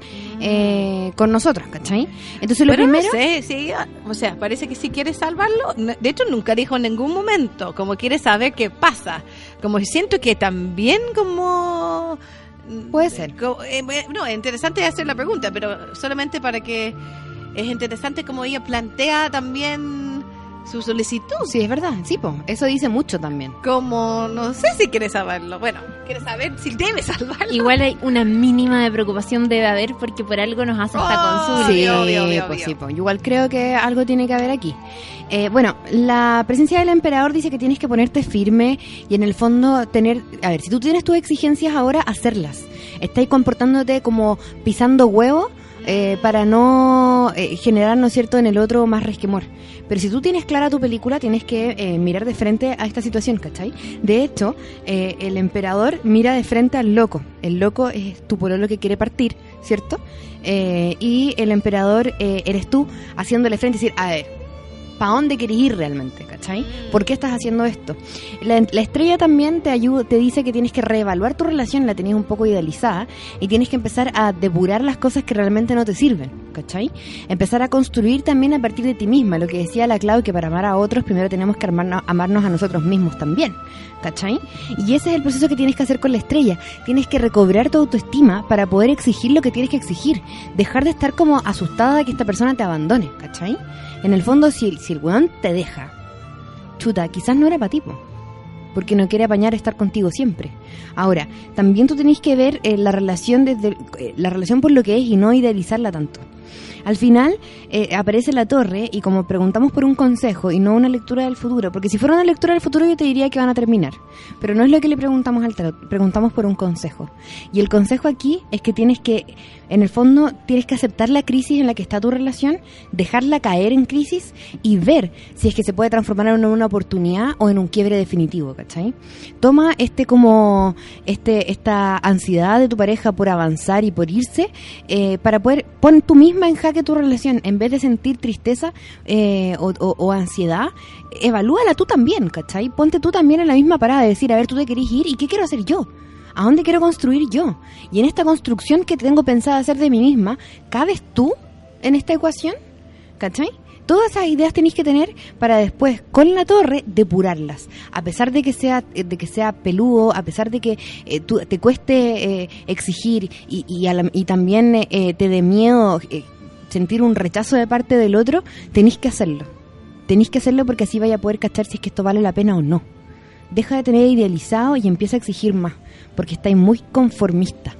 eh, con nosotros, ¿cachai? Entonces lo Pero primero... no sé, sí, o sea, parece que sí quiere salvarlo. De hecho, nunca dijo en ningún momento, como quiere saber qué pasa. Como siento que también como... Puede ser. Como, eh, no, es interesante hacer la pregunta, pero solamente para que... Es interesante como ella plantea también su solicitud. Sí, es verdad, sí, po. Eso dice mucho también. Como, no sé si quiere saberlo. Bueno, quiere saber si debe salvarlo. Igual hay una mínima de preocupación debe haber porque por algo nos hace esta Oh, consulta. Sí, obvio, obvio, obvio, pues obvio. sí, pues. Yo igual creo que algo tiene que haber aquí. Eh, bueno, la presencia del emperador dice que tienes que ponerte firme y en el fondo tener... A ver, si tú tienes tus exigencias ahora, hacerlas. Estás comportándote como pisando huevo eh, para no eh, generar, ¿no es cierto?, en el otro más resquemor. Pero si tú tienes clara tu película, tienes que eh, mirar de frente a esta situación, ¿cachai? De hecho, eh, el emperador mira de frente al loco. El loco es tu pololo que quiere partir, ¿cierto? Eh, y el emperador eh, eres tú haciéndole frente y decir, a ver, ¿para dónde quieres ir realmente? ¿Cachai? ¿Por qué estás haciendo esto? La, la estrella también te ayuda, te dice que tienes que reevaluar tu relación, la tenías un poco idealizada, y tienes que empezar a depurar las cosas que realmente no te sirven, ¿cachai? Empezar a construir también a partir de ti misma, lo que decía la Clau, que para amar a otros primero tenemos que amarnos, amarnos a nosotros mismos también, ¿cachai? Y ese es el proceso que tienes que hacer con la estrella. Tienes que recobrar tu autoestima para poder exigir lo que tienes que exigir, dejar de estar como asustada de que esta persona te abandone, ¿cachai? En el fondo, si, si el weón te deja, chuta, quizás no era para ti, po, porque no quiere apañar estar contigo siempre. Ahora, también tú tenés que ver eh, la relación desde eh, la relación por lo que es y no idealizarla tanto. Al final eh, aparece la torre y como preguntamos por un consejo y no una lectura del futuro, porque si fuera una lectura del futuro yo te diría que van a terminar, pero no es lo que le preguntamos al tarot, preguntamos por un consejo. Y el consejo aquí es que tienes que, en el fondo, tienes que aceptar la crisis en la que está tu relación, dejarla caer en crisis y ver si es que se puede transformar en una oportunidad o en un quiebre definitivo, ¿cachai? Toma este como este esta ansiedad de tu pareja por avanzar y por irse eh, para poder, pon tú misma en jaque tu relación, en vez de sentir tristeza eh, o, o, o ansiedad, evalúala tú también, ¿cachai? Ponte tú también en la misma parada de decir, a ver, tú te querés ir y ¿qué quiero hacer yo? ¿A dónde quiero construir yo? Y en esta construcción que tengo pensada hacer de mí misma, ¿cabes tú en esta ecuación? ¿Cachai? Todas esas ideas tenéis que tener para después, con la torre, depurarlas. A pesar de que sea de que sea peludo, a pesar de que eh, tú, te cueste eh, exigir y, y, a la, y también eh, te dé miedo eh, sentir un rechazo de parte del otro, tenéis que hacerlo. Tenéis que hacerlo porque así vaya a poder cachar si es que esto vale la pena o no. Deja de tener idealizado y empieza a exigir más, porque estáis muy conformista.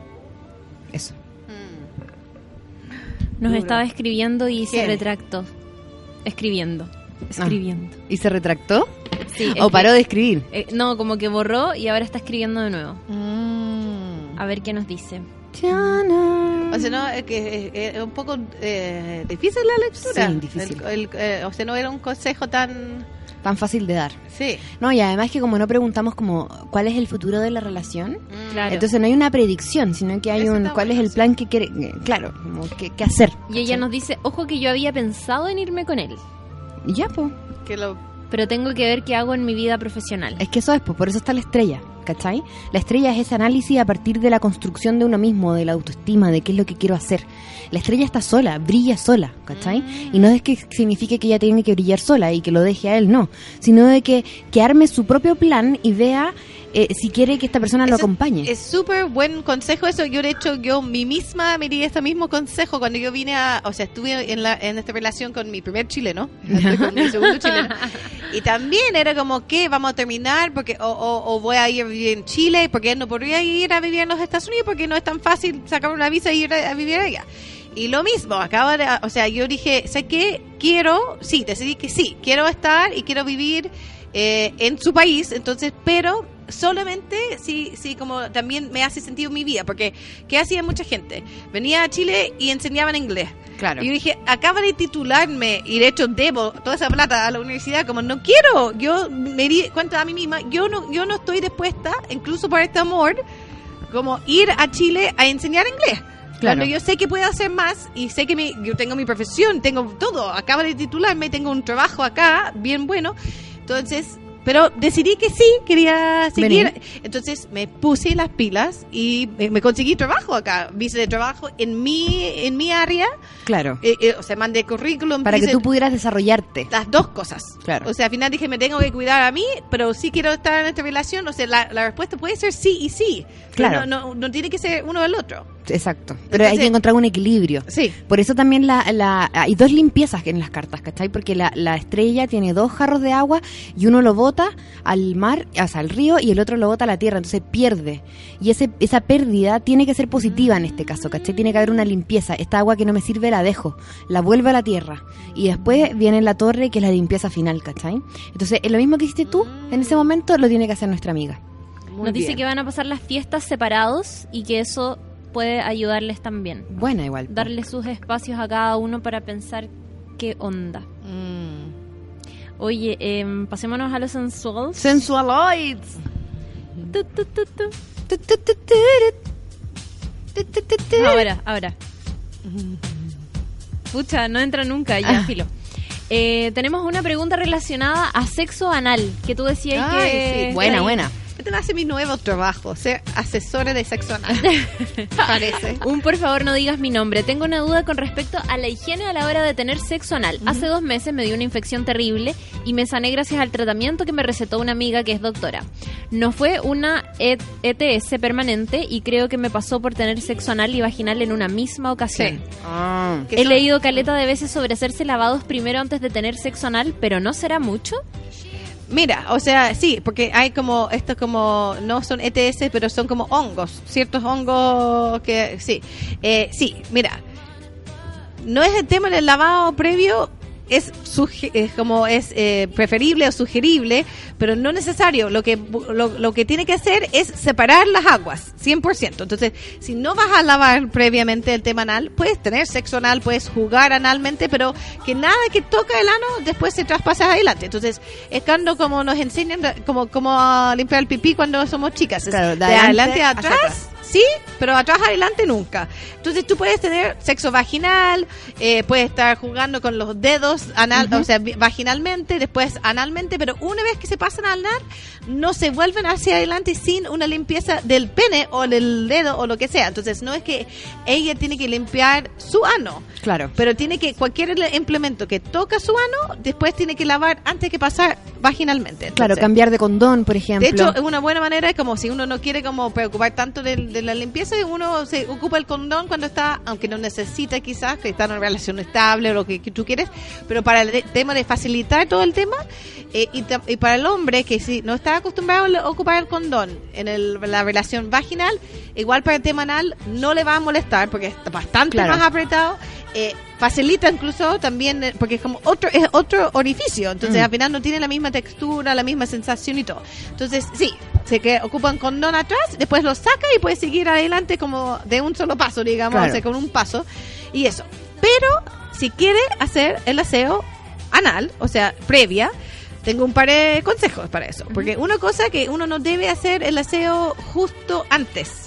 Eso. Nos Duro. estaba escribiendo y ¿Qué? se retractó. Escribiendo. Escribiendo. Ah. ¿Y se retractó? Sí, es ¿O que- paró de escribir? eh, no, como que borró y ahora está escribiendo de nuevo. Mm. A ver qué nos dice. O sea, no, es que es, es un poco eh, difícil la lectura. Sí, difícil. El- el, eh, o sea, no era un consejo tan... Tan fácil de dar. Sí. No, y además que como no preguntamos como cuál es el futuro de la relación, Claro. entonces no hay una predicción, sino que hay Eso un está cuál bueno, es el sí. plan que quiere, eh, claro, como que, que hacer. Y ella nos dice, ojo que yo había pensado en irme con él, Y ya, pues, Que lo... pero tengo que ver qué hago en mi vida profesional. es que eso es, pues, por eso está la estrella, ¿cachai? La estrella es ese análisis a partir de la construcción de uno mismo, de la autoestima, de qué es lo que quiero hacer. La estrella está sola, brilla sola, ¿cachai? Mm. Y no es que signifique que ella tiene que brillar sola y que lo deje a él, no. Sino de que, que arme su propio plan y vea eh, si quiere que esta persona eso lo acompañe. Es súper buen consejo eso. Yo, de hecho, yo mi misma me di este mismo consejo cuando yo vine a... O sea, estuve en, la, en esta relación con mi primer chileno, con mi segundo chileno. Y también era como que vamos a terminar porque o, o, o voy a ir a vivir en Chile porque él no podría ir a vivir en los Estados Unidos porque no es tan fácil sacar una visa e ir a, a vivir allá. Y lo mismo, acaba de, o sea, yo dije, ¿sabes qué? Quiero, sí, decidí que sí, quiero estar y quiero vivir eh, en su país, entonces, pero solamente si, si como también me hace sentido mi vida, porque ¿qué hacía mucha gente? Venía a Chile y enseñaban inglés. Claro. Y yo dije, acaba de titularme y de hecho debo toda esa plata a la universidad, como no quiero, yo me di cuenta a mí misma, yo no, yo no estoy dispuesta, incluso por este amor, como ir a Chile a enseñar inglés. Claro. Cuando yo sé que puedo hacer más y sé que mi, yo tengo mi profesión, tengo todo, acabo de titularme, tengo un trabajo acá bien bueno, entonces, pero decidí que sí, quería seguir, Vení. Entonces me puse las pilas y me, me conseguí trabajo acá, visa de trabajo en mi en mi área. Claro. Eh, eh, o sea, mandé currículum. Para dice, que tú pudieras desarrollarte. Las dos cosas. Claro. O sea, al final dije, me tengo que cuidar a mí, pero sí quiero estar en esta relación. O sea, la, la respuesta puede ser sí y sí. Claro. No, no, no tiene que ser uno del otro. Exacto. Pero Entonces, hay que encontrar un equilibrio. Sí. Por eso también la, la hay dos limpiezas en las cartas, ¿cachai? Porque la, la estrella tiene dos jarros de agua y uno lo bota al mar, o sea, al río, y el otro lo bota a la tierra, entonces pierde. Y ese esa pérdida tiene que ser positiva en este caso, ¿cachai? Tiene que haber una limpieza. Esta agua que no me sirve la dejo, la vuelvo a la tierra. Y después viene la torre, que es la limpieza final, ¿cachai? Entonces, lo mismo que hiciste tú, en ese momento lo tiene que hacer nuestra amiga. Muy Nos dice bien. Que van a pasar las fiestas separados y que eso puede ayudarles también. Buena igual. Darle sus espacios a cada uno para pensar qué onda. Mm. Oye, eh, pasémonos a los sensuals. Sensualoids. Ahora, ahora. Pucha, no entra nunca ya, filo. Eh, tenemos una pregunta relacionada a sexo anal, que tú decías Ay, que... Sí, buena, buena. Este va a ser mi nuevo trabajo, ser asesora de sexo anal. Parece. Un por favor no digas mi nombre. Tengo una duda con respecto a la higiene a la hora de tener sexo anal. Uh-huh. Hace dos meses me dio una infección terrible y me sané gracias al tratamiento que me recetó una amiga que es doctora. No fue una E T S permanente y creo que me pasó por tener sexo anal y vaginal en una misma ocasión. Sí. Ah. He son... leído caleta de veces sobre hacerse lavados primero antes de tener sexo anal, pero ¿no será mucho? Mira, o sea, sí, porque hay como, estos como, no son E T S, pero son como hongos, ciertos hongos que, sí, eh, sí, mira, no es el tema del lavado previo, es, suge- es como es eh, preferible o sugerible, pero no necesario. Lo que lo, lo que tiene que hacer es separar las aguas, cien por ciento. Entonces, si no vas a lavar previamente el tema anal, puedes tener sexo anal, puedes jugar analmente, pero que nada que toca el ano después se traspasa adelante. Entonces, es cuando como nos enseñan como, como a limpiar el pipí cuando somos chicas. Claro, de, de adelante, adelante a hacia atrás. atrás. Sí, pero atrás adelante nunca. Entonces tú puedes tener sexo vaginal, eh, puedes estar jugando con los dedos anal, uh-huh. o sea, vaginalmente, después analmente, pero una vez que se pasan a anal, no se vuelven hacia adelante sin una limpieza del pene o del dedo o lo que sea. Entonces no es que ella tiene que limpiar su ano, claro, pero tiene que cualquier implemento que toca su ano, después tiene que lavar antes que pasar vaginalmente. Entonces, claro, cambiar de condón, por ejemplo. de hecho, es una buena manera, es como si uno no quiere como preocupar tanto del de la limpieza, uno se ocupa el condón cuando está, aunque no necesita quizás, que está en una relación estable o lo que, que tú quieres, pero para el de, tema de facilitar todo el tema, eh, y, y para el hombre que si no está acostumbrado a ocupar el condón en el, la relación vaginal, igual para el tema anal no le va a molestar porque está bastante claro. más apretado, eh, facilita incluso también, eh, porque es como otro es otro orificio, entonces mm. al final no tiene la misma textura, la misma sensación y todo. Entonces sí, se que ocupan condón atrás, después lo saca y puede seguir adelante como de un solo paso, digamos, claro. o sea, con un paso y eso. Pero si quiere hacer el aseo anal, o sea, previa, tengo un par de consejos para eso, porque uh-huh. una cosa que uno no debe hacer el aseo justo antes.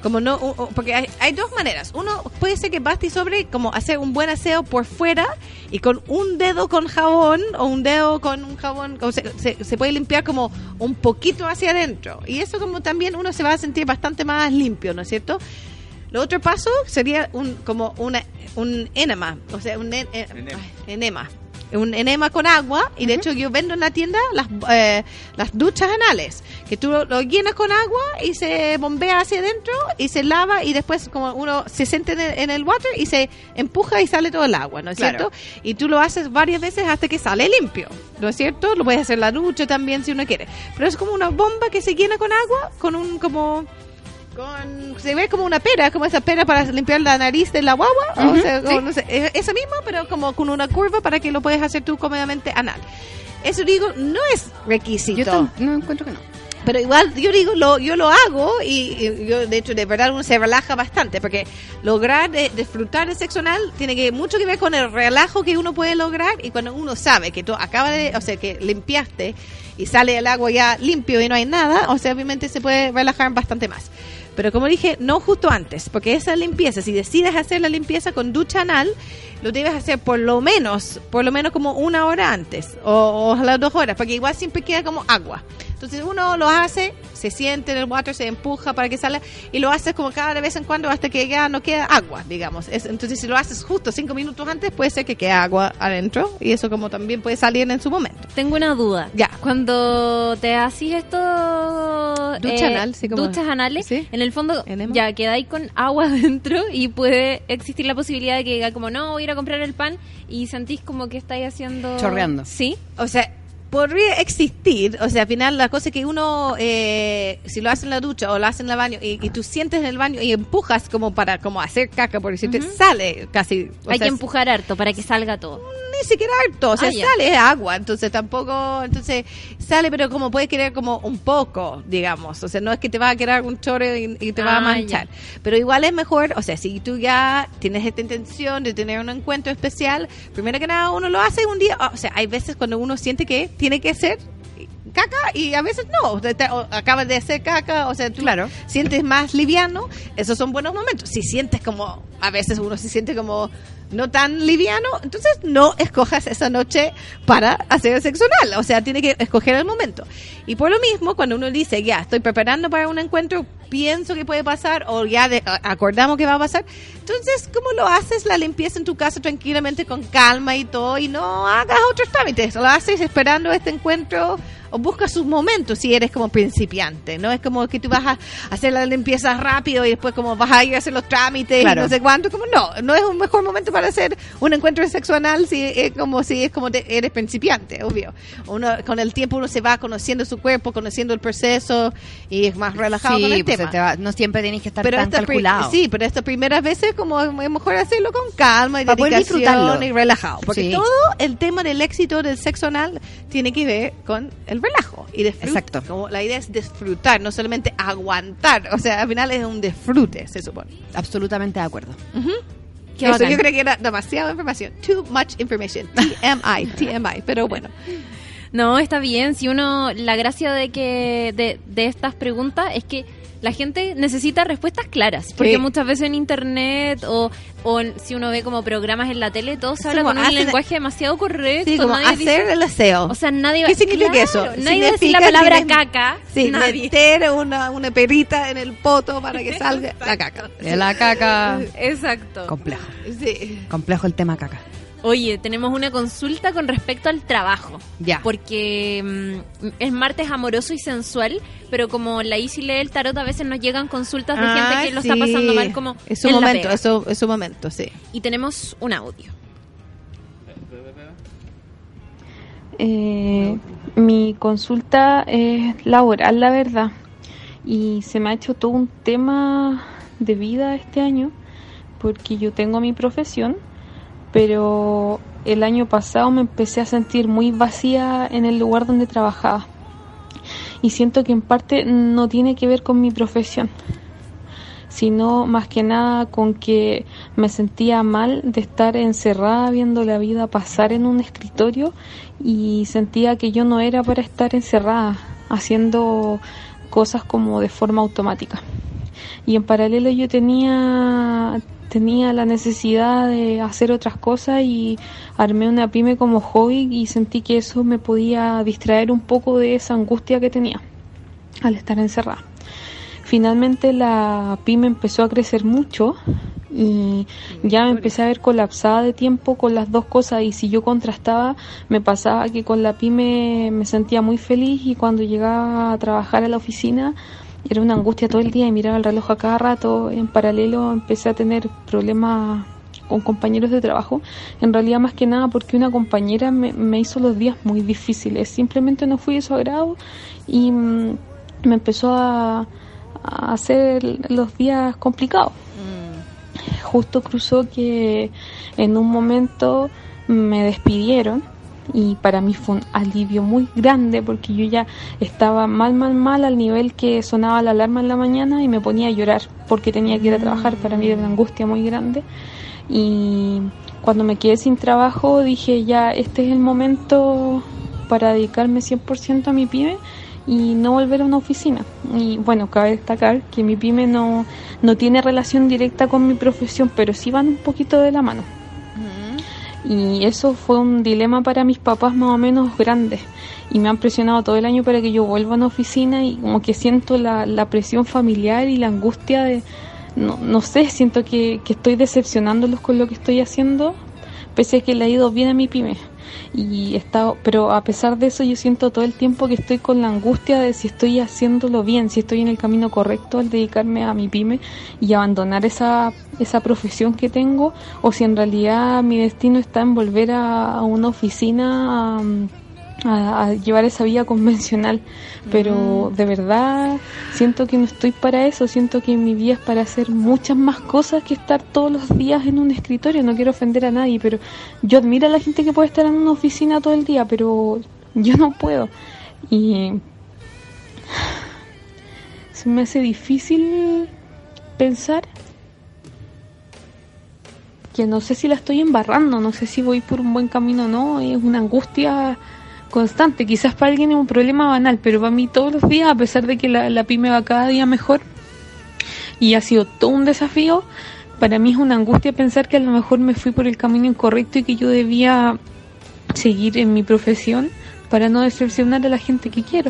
Como no, u- u- porque hay, hay dos maneras. Uno puede ser que basti sobre como hacer un buen aseo por fuera y con un dedo con jabón o un dedo con un jabón, como se, se, se puede limpiar como un poquito hacia adentro. Y eso como también uno se va a sentir bastante más limpio, ¿no es cierto? Lo otro paso sería un como una un enema, o sea, un en- eh, Enema. ay, enema. Un enema con agua, y de hecho yo vendo en la tienda las eh, las duchas anales, que tú lo, lo llenas con agua y se bombea hacia adentro y se lava, y después como uno se siente en el, en el water y se empuja y sale todo el agua, ¿no es Claro. cierto? Y tú lo haces varias veces hasta que sale limpio, ¿no es cierto? Lo puedes hacer en la ducha también si uno quiere, pero es como una bomba que se llena con agua, con un como... Con, se ve como una pera, como esa pera para limpiar la nariz de la guagua, o Ujú, sea, sí. o no sé, es- esa misma, pero como con una curva para que lo puedes hacer tú cómodamente anal. Eso digo, no es requisito. Yo tam- no encuentro que no. Pero igual yo digo, lo, yo lo hago y, y yo de hecho de verdad uno se relaja bastante, porque lograr de- disfrutar del sexo anal tiene que mucho que ver con el relajo que uno puede lograr, y cuando uno sabe que tú acabas de, o sea, que limpiaste y sale el agua ya limpio y no hay nada, o sea, obviamente se puede relajar bastante más. Pero como dije, no justo antes, porque esa limpieza, si decides hacer la limpieza con ducha anal, lo debes hacer por lo menos, por lo menos como una hora antes, o, o las dos horas, porque igual siempre queda como agua. Entonces uno lo hace, se siente en el water, se empuja para que salga, y lo haces como cada vez en cuando hasta que ya no queda agua, digamos. Es, entonces si lo haces justo cinco minutos antes, puede ser que quede agua adentro, y eso como también puede salir en su momento. Tengo una duda. Ya. Cuando te haces esto... Ducha anal, sí, como- duchas anales, ¿sí? en el fondo Enema. ya quedáis con agua adentro y puede existir la posibilidad de que diga como, no, voy a ir a comprar el pan, y sentís como que estáis haciendo... Chorreando. Sí. O sea, podría existir, o sea, al final la cosa es que uno, eh, si lo hace en la ducha o lo hace en el baño, y, y tú sientes en el baño y empujas como para como hacer caca, por decirte, Ujú. sale casi. o Hay sea, que empujar harto para que salga todo. ni siquiera harto, o sea, Ah, ya. sale es agua, entonces tampoco, entonces sale, pero como puede quedar como un poco, digamos, o sea, no es que te va a quedar un chorro y, y te va a Ah, manchar, pero igual es mejor, o sea, si tú ya tienes esta intención de tener un encuentro especial, primero que nada uno lo hace un día, o sea, hay veces cuando uno siente que tiene que hacer caca y a veces no, te- te- o acabas de hacer caca, o sea, tú Claro. sientes más liviano, esos son buenos momentos. Si sientes como, a veces uno se siente como no tan liviano, entonces no escojas esa noche para hacer sexo anal, o sea, tiene que escoger el momento. Y por lo mismo, cuando uno dice, ya, estoy preparando para un encuentro, pienso que puede pasar, o ya de- a- acordamos que va a pasar, entonces, ¿cómo lo haces? La limpieza en tu casa tranquilamente, con calma y todo, y no hagas otros trámites, lo haces esperando este encuentro, o buscas sus momentos si eres como principiante, no es como que tú vas a hacer la limpieza rápido y después como vas a ir a hacer los trámites Claro. y no sé cuánto, como no, no es un mejor momento para hacer un encuentro sexo anal si es como si es como te- eres principiante, obvio. Uno con el tiempo uno se va conociendo su cuerpo, conociendo el proceso y es más relajado con Sí, el pues tema. se te va- no siempre tienes que estar Pero tan esta pri- calculado. sí, pero estas primeras veces como es mejor hacerlo con calma y Para poder dedicación disfrutarlo. y relajado, porque Sí. todo el tema del éxito del sexo anal tiene que ver con el relajo y disfrute. Exacto. Como la idea es disfrutar, no solamente aguantar, o sea, al final es un disfrute, se supone. Absolutamente de acuerdo. Qué Eso bacán. yo creo que era demasiada información, too much information, T M I, T M I, pero bueno. No, está bien. Si uno, la gracia de que de, de estas preguntas es que la gente necesita respuestas claras, porque Sí. muchas veces en internet o, o en- si uno ve como programas en la tele, todo se Sí, habla como con un hacen- lenguaje demasiado correcto. Sí, como nadie hacer dice- el aseo. o sea, nadie va- ¿Qué significa claro, eso? Nadie va a decir la Significa palabra que- caca. Sí, nadie. meter una, una perita en el poto para que salga la caca. De la caca. Exacto. Complejo. Sí. Complejo el tema caca. Oye, tenemos una consulta con respecto al trabajo. Ya. Porque mm, es martes amoroso y sensual, pero como la Isi lee el tarot, a veces nos llegan consultas de Ah, gente que lo sí. está pasando mal como Es su en la momento, pega. es su, es su momento, sí. Y tenemos un audio. Eh, mi consulta es laboral, la verdad, y se me ha hecho todo un tema de vida este año, porque yo tengo mi profesión, pero el año pasado me empecé a sentir muy vacía en el lugar donde trabajaba, y siento que en parte no tiene que ver con mi profesión, sino más que nada con que me sentía mal de estar encerrada viendo la vida pasar en un escritorio, y sentía que yo no era para estar encerrada haciendo cosas como de forma automática. y en paralelo yo tenía tenía la necesidad de hacer otras cosas y armé una pyme como hobby y sentí que eso me podía distraer un poco de esa angustia que tenía al estar encerrada. Finalmente la pyme empezó a crecer mucho y ya me empecé a ver colapsada de tiempo con las dos cosas, y si yo contrastaba, me pasaba que con la pyme me sentía muy feliz y cuando llegaba a trabajar a la oficina era una angustia todo el día y miraba el reloj a cada rato. En paralelo empecé a tener problemas con compañeros de trabajo, en realidad más que nada porque una compañera me, me hizo los días muy difíciles, simplemente no fui de su agrado y mm, me empezó a, a hacer los días complicados. Justo cruzó que en un momento me despidieron y para mí fue un alivio muy grande porque yo ya estaba mal, mal, mal al nivel que sonaba la alarma en la mañana y me ponía a llorar porque tenía que ir a trabajar. Para mí era una angustia muy grande y cuando me quedé sin trabajo dije ya, este es el momento para dedicarme cien por ciento a mi pyme y no volver a una oficina. Y bueno, cabe destacar que mi pyme no, no tiene relación directa con mi profesión, pero sí van un poquito de la mano. Uh-huh. Y eso fue un dilema para mis papás más o menos grande. Y me han presionado todo el año para que yo vuelva a una oficina y como que siento la, la presión familiar y la angustia de... No, no sé, siento que, que estoy decepcionándolos con lo que estoy haciendo, pese a que le ha ido bien a mi pyme. Y he estado, pero a pesar de eso yo siento todo el tiempo que estoy con la angustia de si estoy haciéndolo bien, si estoy en el camino correcto al dedicarme a mi pyme y abandonar esa esa profesión que tengo, o si en realidad mi destino está en volver a, a una oficina a, a, a llevar esa vida convencional. Pero mm. de verdad siento que no estoy para eso, siento que mi vida es para hacer muchas más cosas que estar todos los días en un escritorio. No quiero ofender a nadie, pero yo admiro a la gente que puede estar en una oficina todo el día, pero yo no puedo. Y se me hace difícil pensar que no sé si la estoy embarrando, no sé si voy por un buen camino o no. Es una angustia constante, quizás para alguien es un problema banal, pero para mí todos los días, a pesar de que la, la pyme va cada día mejor y ha sido todo un desafío, para mí es una angustia pensar que a lo mejor me fui por el camino incorrecto y que yo debía seguir en mi profesión para no decepcionar a la gente que quiero.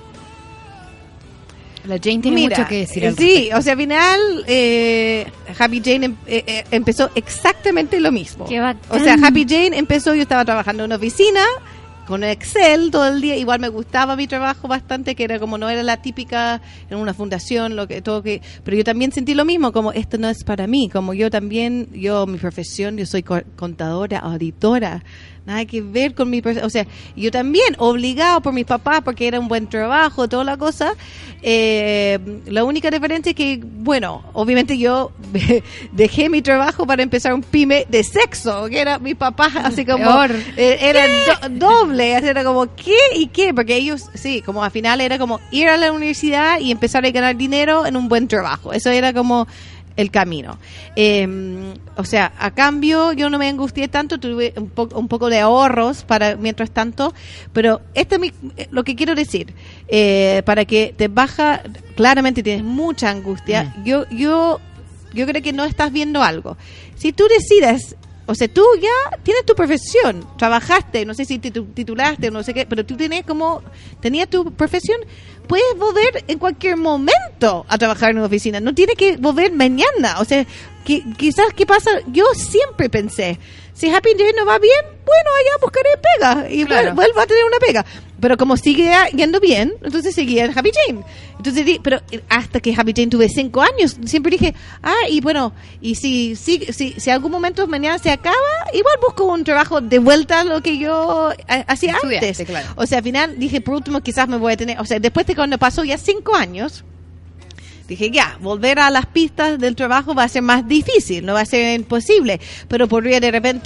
La Jane tiene Mira, mucho que decir. Sí, o sea, al final eh, Happy Jane em, eh, eh, empezó exactamente lo mismo. Qué bacán. O sea, Happy Jane empezó, yo estaba trabajando en una oficina con Excel todo el día, igual me gustaba mi trabajo bastante, que era como no era la típica en una fundación, lo que todo que, pero yo también sentí lo mismo, como esto no es para mí, como yo también, yo mi profesión, yo soy contadora, auditora, nada que ver con mi, o sea, yo también obligado por mis papás porque era un buen trabajo, toda la cosa. Eh, la única diferencia es que, bueno, obviamente yo dejé mi trabajo para empezar un pyme de sexo, que era mi papá, así como eh, era do, doble, era como ¿qué y qué? Porque ellos, sí, como al final era como ir a la universidad y empezar a ganar dinero en un buen trabajo. Eso era como el camino. Eh, o sea, a cambio yo no me angustié tanto, tuve un, po- un poco de ahorros para mientras tanto, pero esto es mi, lo que quiero decir, eh, para que te baja, claramente tienes mucha angustia, mm. yo yo yo creo que no estás viendo algo. Si tú decides, o sea, tú ya tienes tu profesión, trabajaste, no sé si te titulaste o no sé qué, pero tú tienes como, tenías tu profesión, puedes volver en cualquier momento a trabajar en una oficina, no tienes que volver mañana, o sea, que, quizás, ¿qué pasa? Yo siempre pensé, si Happy Jane no va bien, bueno, allá buscaré pega, y claro, vuelvo a tener una pega, pero como sigue yendo bien, entonces seguía en Happy Jane. Entonces, pero hasta que Happy Jane tuve cinco años, siempre dije, ah, y bueno, y si si si, si algún momento mañana se acaba, igual busco un trabajo de vuelta a lo que yo hacía antes. Claro. O sea, al final dije, por último, quizás me voy a tener, o sea, después de cuando pasó ya cinco años, dije, ya, volver a las pistas del trabajo va a ser más difícil, no va a ser imposible, pero podría de repente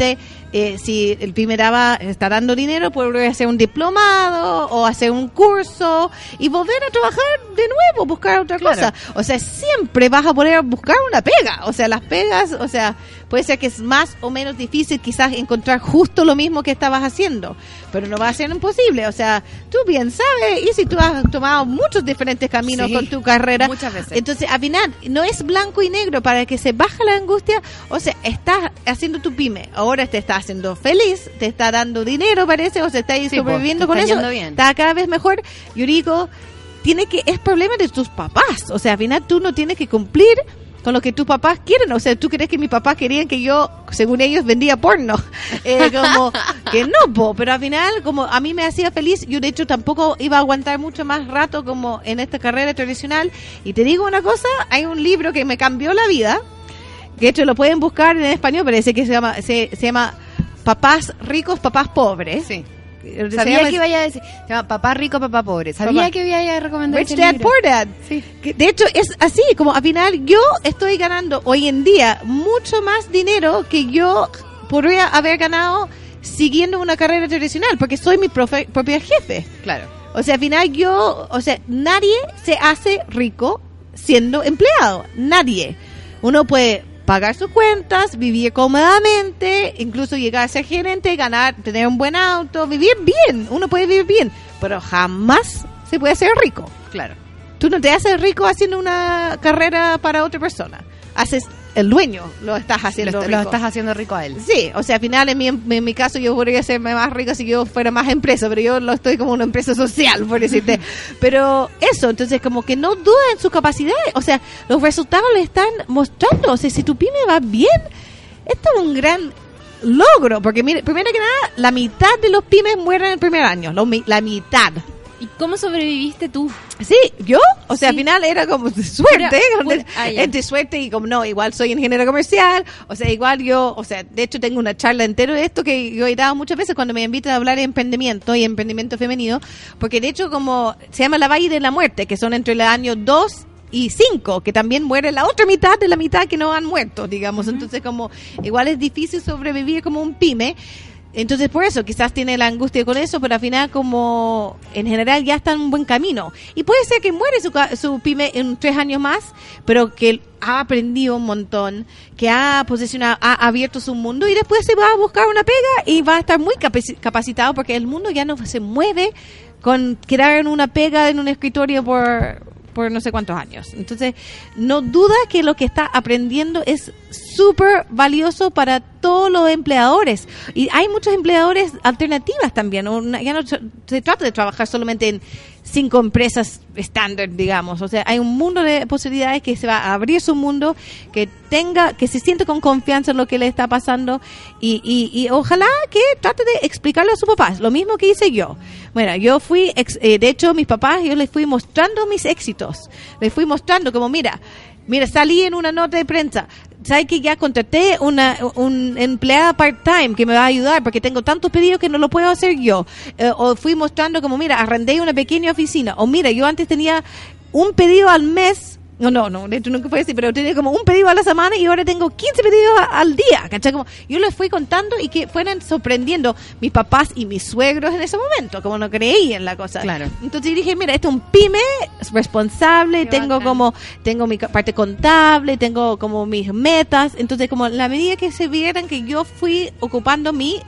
eh, si el pyme daba, está dando dinero, puede hacer un diplomado o hacer un curso y volver a trabajar de nuevo, buscar otra Claro. cosa. O sea, siempre vas a poder buscar una pega. O sea, las pegas, o sea, puede ser que es más o menos difícil quizás encontrar justo lo mismo que estabas haciendo, pero no va a ser imposible. O sea, tú bien sabes, y si tú has tomado muchos diferentes caminos Sí, con tu carrera, muchas veces. entonces al final no es blanco y negro. Para que se baje la angustia, o sea, estás haciendo tu pyme, ahora te está haciendo feliz, te está dando dinero, parece, o sea, está ahí Sí, sobreviviendo pues, te con está eso, yendo bien. está cada vez mejor. Yo digo, tiene que, es problema de tus papás, o sea, al final tú no tienes que cumplir con lo que tus papás quieren. O sea, ¿tú crees que mis papás querían que yo, según ellos, vendía porno? Eh, como que no, po, pero al final, como a mí me hacía feliz, yo de hecho tampoco iba a aguantar mucho más rato como en esta carrera tradicional. Y te digo una cosa, hay un libro que me cambió la vida, que de hecho lo pueden buscar en español, parece que se llama, se, se llama Papás Ricos, Papás Pobres. Sí. Se Sabía llama- que iba a decir, se llama Papá Rico, Papá Pobre. Sabía Papá. que iba a recomendar Rich ese Dad, libro. Poor Dad. Sí. Que, de hecho, es así, como al final yo estoy ganando hoy en día mucho más dinero que yo podría haber ganado siguiendo una carrera tradicional, porque soy mi profe- propia jefe. Claro. O sea, al final yo, o sea, nadie se hace rico siendo empleado. Nadie. Uno puede pagar sus cuentas, vivir cómodamente, incluso llegar a ser gerente, ganar, tener un buen auto, vivir bien. Uno puede vivir bien, pero jamás se puede hacer rico. Claro. Tú no te haces rico haciendo una carrera para otra persona. Haces el dueño, lo estás haciendo Lo, rico. lo estás haciendo rico a él. Sí, o sea, al final en mi, en mi caso yo podría hacerme más rico si yo fuera más empresa, pero yo lo estoy como una empresa social, por decirte. Pero eso, entonces como que no duda en sus capacidades, o sea, los resultados le están mostrando, o sea, si tu pyme va bien, esto es un gran logro, porque mire, primero que nada, la mitad de los pymes mueren en el primer año, lo mi- la mitad. ¿Y cómo sobreviviste tú? Sí, yo, o sea, Sí. al final era como de suerte, Pura- donde- pura- ah, ya. entre suerte y como no, igual soy ingeniero comercial, o sea, igual yo, o sea, de hecho tengo una charla entera de esto que yo he dado muchas veces cuando me invitan a hablar de emprendimiento y emprendimiento femenino, porque de hecho como se llama la Valle de la Muerte, que son entre los años dos y cinco, que también muere la otra mitad de la mitad que no han muerto, digamos, entonces como igual es difícil sobrevivir como un pyme. Entonces, por eso, quizás tiene la angustia con eso, pero al final, como en general ya está en un buen camino. Y puede ser que muere su, ca- su pyme en tres años más, pero que ha aprendido un montón, que ha posicionado, ha abierto su mundo y después se va a buscar una pega y va a estar muy capaci- capacitado porque el mundo ya no se mueve con quedar en una pega en un escritorio por, por no sé cuántos años. Entonces, no duda que lo que está aprendiendo es súper valioso para todos los empleadores. Y hay muchos empleadores alternativas también. Una- ya no se se trata de trabajar solamente en cinco empresas estándar, digamos. O sea, hay un mundo de posibilidades que se va a abrir su mundo, que tenga, que se siente con confianza en lo que le está pasando y, y, y ojalá que trate de explicarlo a sus papás. Lo mismo que hice yo. Bueno, yo fui, ex- eh, de hecho, mis papás, yo les fui mostrando mis éxitos. Les fui mostrando como, mira, mira, salí en una nota de prensa. ¿Sabes que ya contraté una un empleada part-time que me va a ayudar porque tengo tantos pedidos que no lo puedo hacer yo? Eh, o fui mostrando como, mira, arrendé una pequeña oficina. O mira, yo antes tenía un pedido al mes. No, no, no, de hecho nunca fue así, pero tenía como un pedido a la semana y ahora tengo quince pedidos a- al día, ¿cachai? Como yo les fui contando y que fueran sorprendiendo mis papás y mis suegros en ese momento, como no creí en la cosa. Claro. Entonces dije, mira, esto es un pyme, es responsable, Qué tengo bacán. como, tengo mi ca- parte contable, tengo como mis metas, entonces como la medida que se vieran que yo fui ocupando mi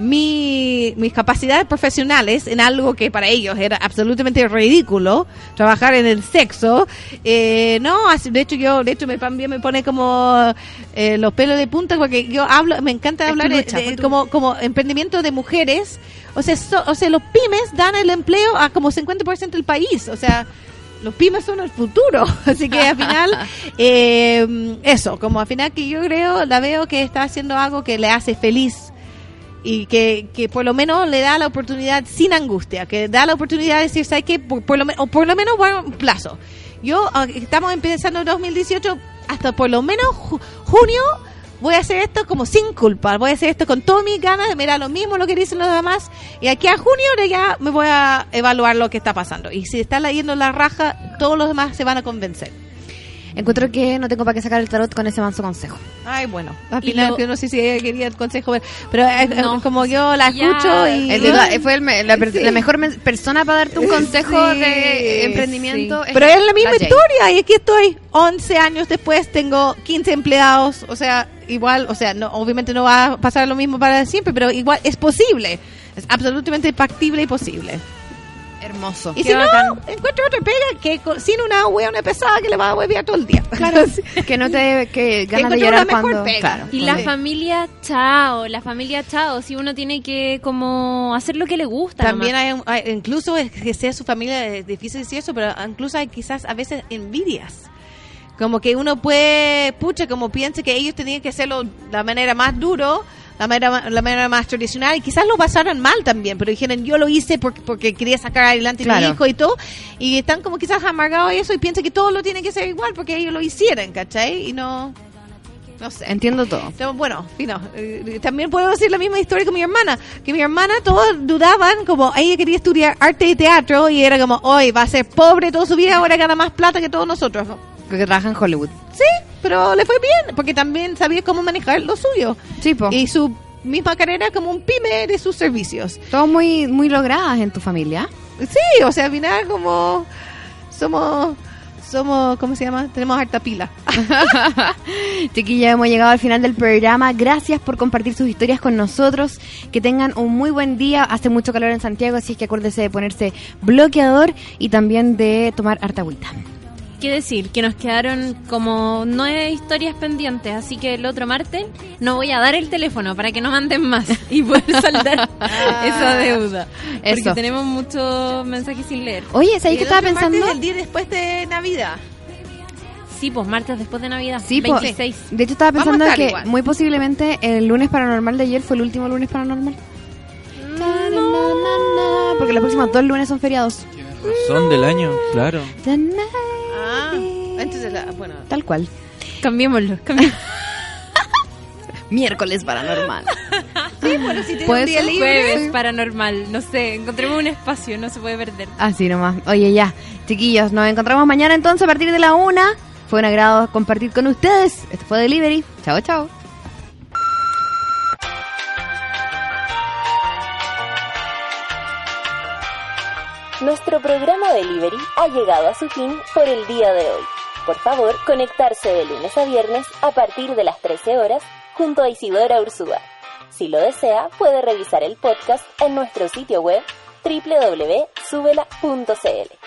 mi, mis capacidades profesionales en algo que para ellos era absolutamente ridículo, trabajar en el sexo, eh, no, así- de hecho yo, de hecho me también me pone como eh, los pelos de punta porque yo hablo, me encanta Es tu hablar de- lucha, de- fue tu- como, como emprendimiento de mujeres, o sea, so- o sea, los pymes dan el empleo a como cincuenta por ciento del país, o sea, los pymes son el futuro, así que al final, eh, eso, como al final que yo creo, la veo que está haciendo algo que le hace feliz y que, que por lo menos le da la oportunidad sin angustia, que da la oportunidad de decir, ¿sabes qué? Por, por lo, me- o por lo menos va a un plazo. Yo, ah, estamos empezando en dos mil dieciocho, hasta por lo menos ju- junio, voy a hacer esto como sin culpa, voy a hacer esto con todas mis ganas, me da lo mismo lo que dicen los demás, y aquí a junio de ya me voy a evaluar lo que está pasando. Y si está leyendo la raja, todos los demás se van a convencer. encuentro que no tengo para qué sacar el tarot con ese manso consejo. Ay, bueno, al final lo... yo no sé si ella quería el consejo, pero eh, no, como yo la ya. escucho y... El de, fue el, la, sí. la mejor persona para darte un consejo sí, de emprendimiento. Sí. Es pero es la misma la historia y aquí estoy once años después, tengo quince empleados, o sea, igual, o sea, no, obviamente no va a pasar lo mismo para siempre, pero igual es posible, es absolutamente factible y posible. Hermoso. Y Qué si bacán. no, encuentra otra pega que sin una hueona pesada que le va a huevear todo el día. Claro, que no te que ganas de llorar cuando... Claro, y la sí. familia, chao, la familia, chao. Si uno tiene que como hacer lo que le gusta. También hay, hay, incluso que sea su familia, es difícil decir eso, pero incluso hay quizás a veces envidias. Como que uno puede, pucha, como piensa que ellos tenían que hacerlo de la manera más duro, la manera, la manera más tradicional, y quizás lo pasaron mal también, pero dijeron, yo lo hice porque, porque quería sacar adelante claro. a mi hijo y todo, y están como quizás amargados eso y piensan que todo lo tiene que ser igual porque ellos lo hicieron, ¿cachai? Y no... No sé. Entiendo todo. Entonces, bueno, no, eh, también puedo decir la misma historia con mi hermana, que mi hermana todos dudaban, como ella quería estudiar arte y teatro, y era como, hoy va a ser pobre toda su vida, ahora gana más plata que todos nosotros. Porque trabaja en Hollywood. Sí, pero le fue bien, porque también sabía cómo manejar lo suyo. Sí, po. Y su misma carrera como un pyme de sus servicios. Todos muy, muy logradas en tu familia. Sí, o sea, al final como somos... Somos, ¿cómo se llama? Tenemos harta pila. Chiquillas, hemos llegado al final del programa. Gracias por compartir sus historias con nosotros. Que tengan un muy buen día. Hace mucho calor en Santiago, así que acuérdese de ponerse bloqueador y también de tomar harta agüita. ¿Qué decir? Que nos quedaron como nueve historias pendientes, así que el otro martes no voy a dar el teléfono para que no manden más y poder saldar esa deuda. Porque Eso. tenemos muchos mensajes sin leer. Oye, ¿sabes qué estaba pensando? Martes, el día después de Navidad. Sí, pues martes después de Navidad, sí, veintiséis. De hecho estaba pensando que igual. muy posiblemente el lunes paranormal de ayer fue el último lunes paranormal. No. Porque los próximos dos lunes son feriados. Razón del año, claro. Ah, entonces, la, bueno. Tal cual. Cambiémoslo, cambiémoslo. Miércoles paranormal. Sí, bueno, si tiene un día libre. Jueves paranormal, no sé, encontremos un espacio, no se puede perder. Así nomás. Oye, ya, chiquillos, nos encontramos mañana entonces a partir de la una. Fue un agrado compartir con ustedes. Esto fue Delivery. Chao, chao. Nuestro programa Delivery ha llegado a su fin por el día de hoy. Por favor, conectarse de lunes a viernes a partir de las trece horas junto a Isidora Ursúa. Si lo desea, puede revisar el podcast en nuestro sitio web doble u doble u doble u punto súbela punto c l.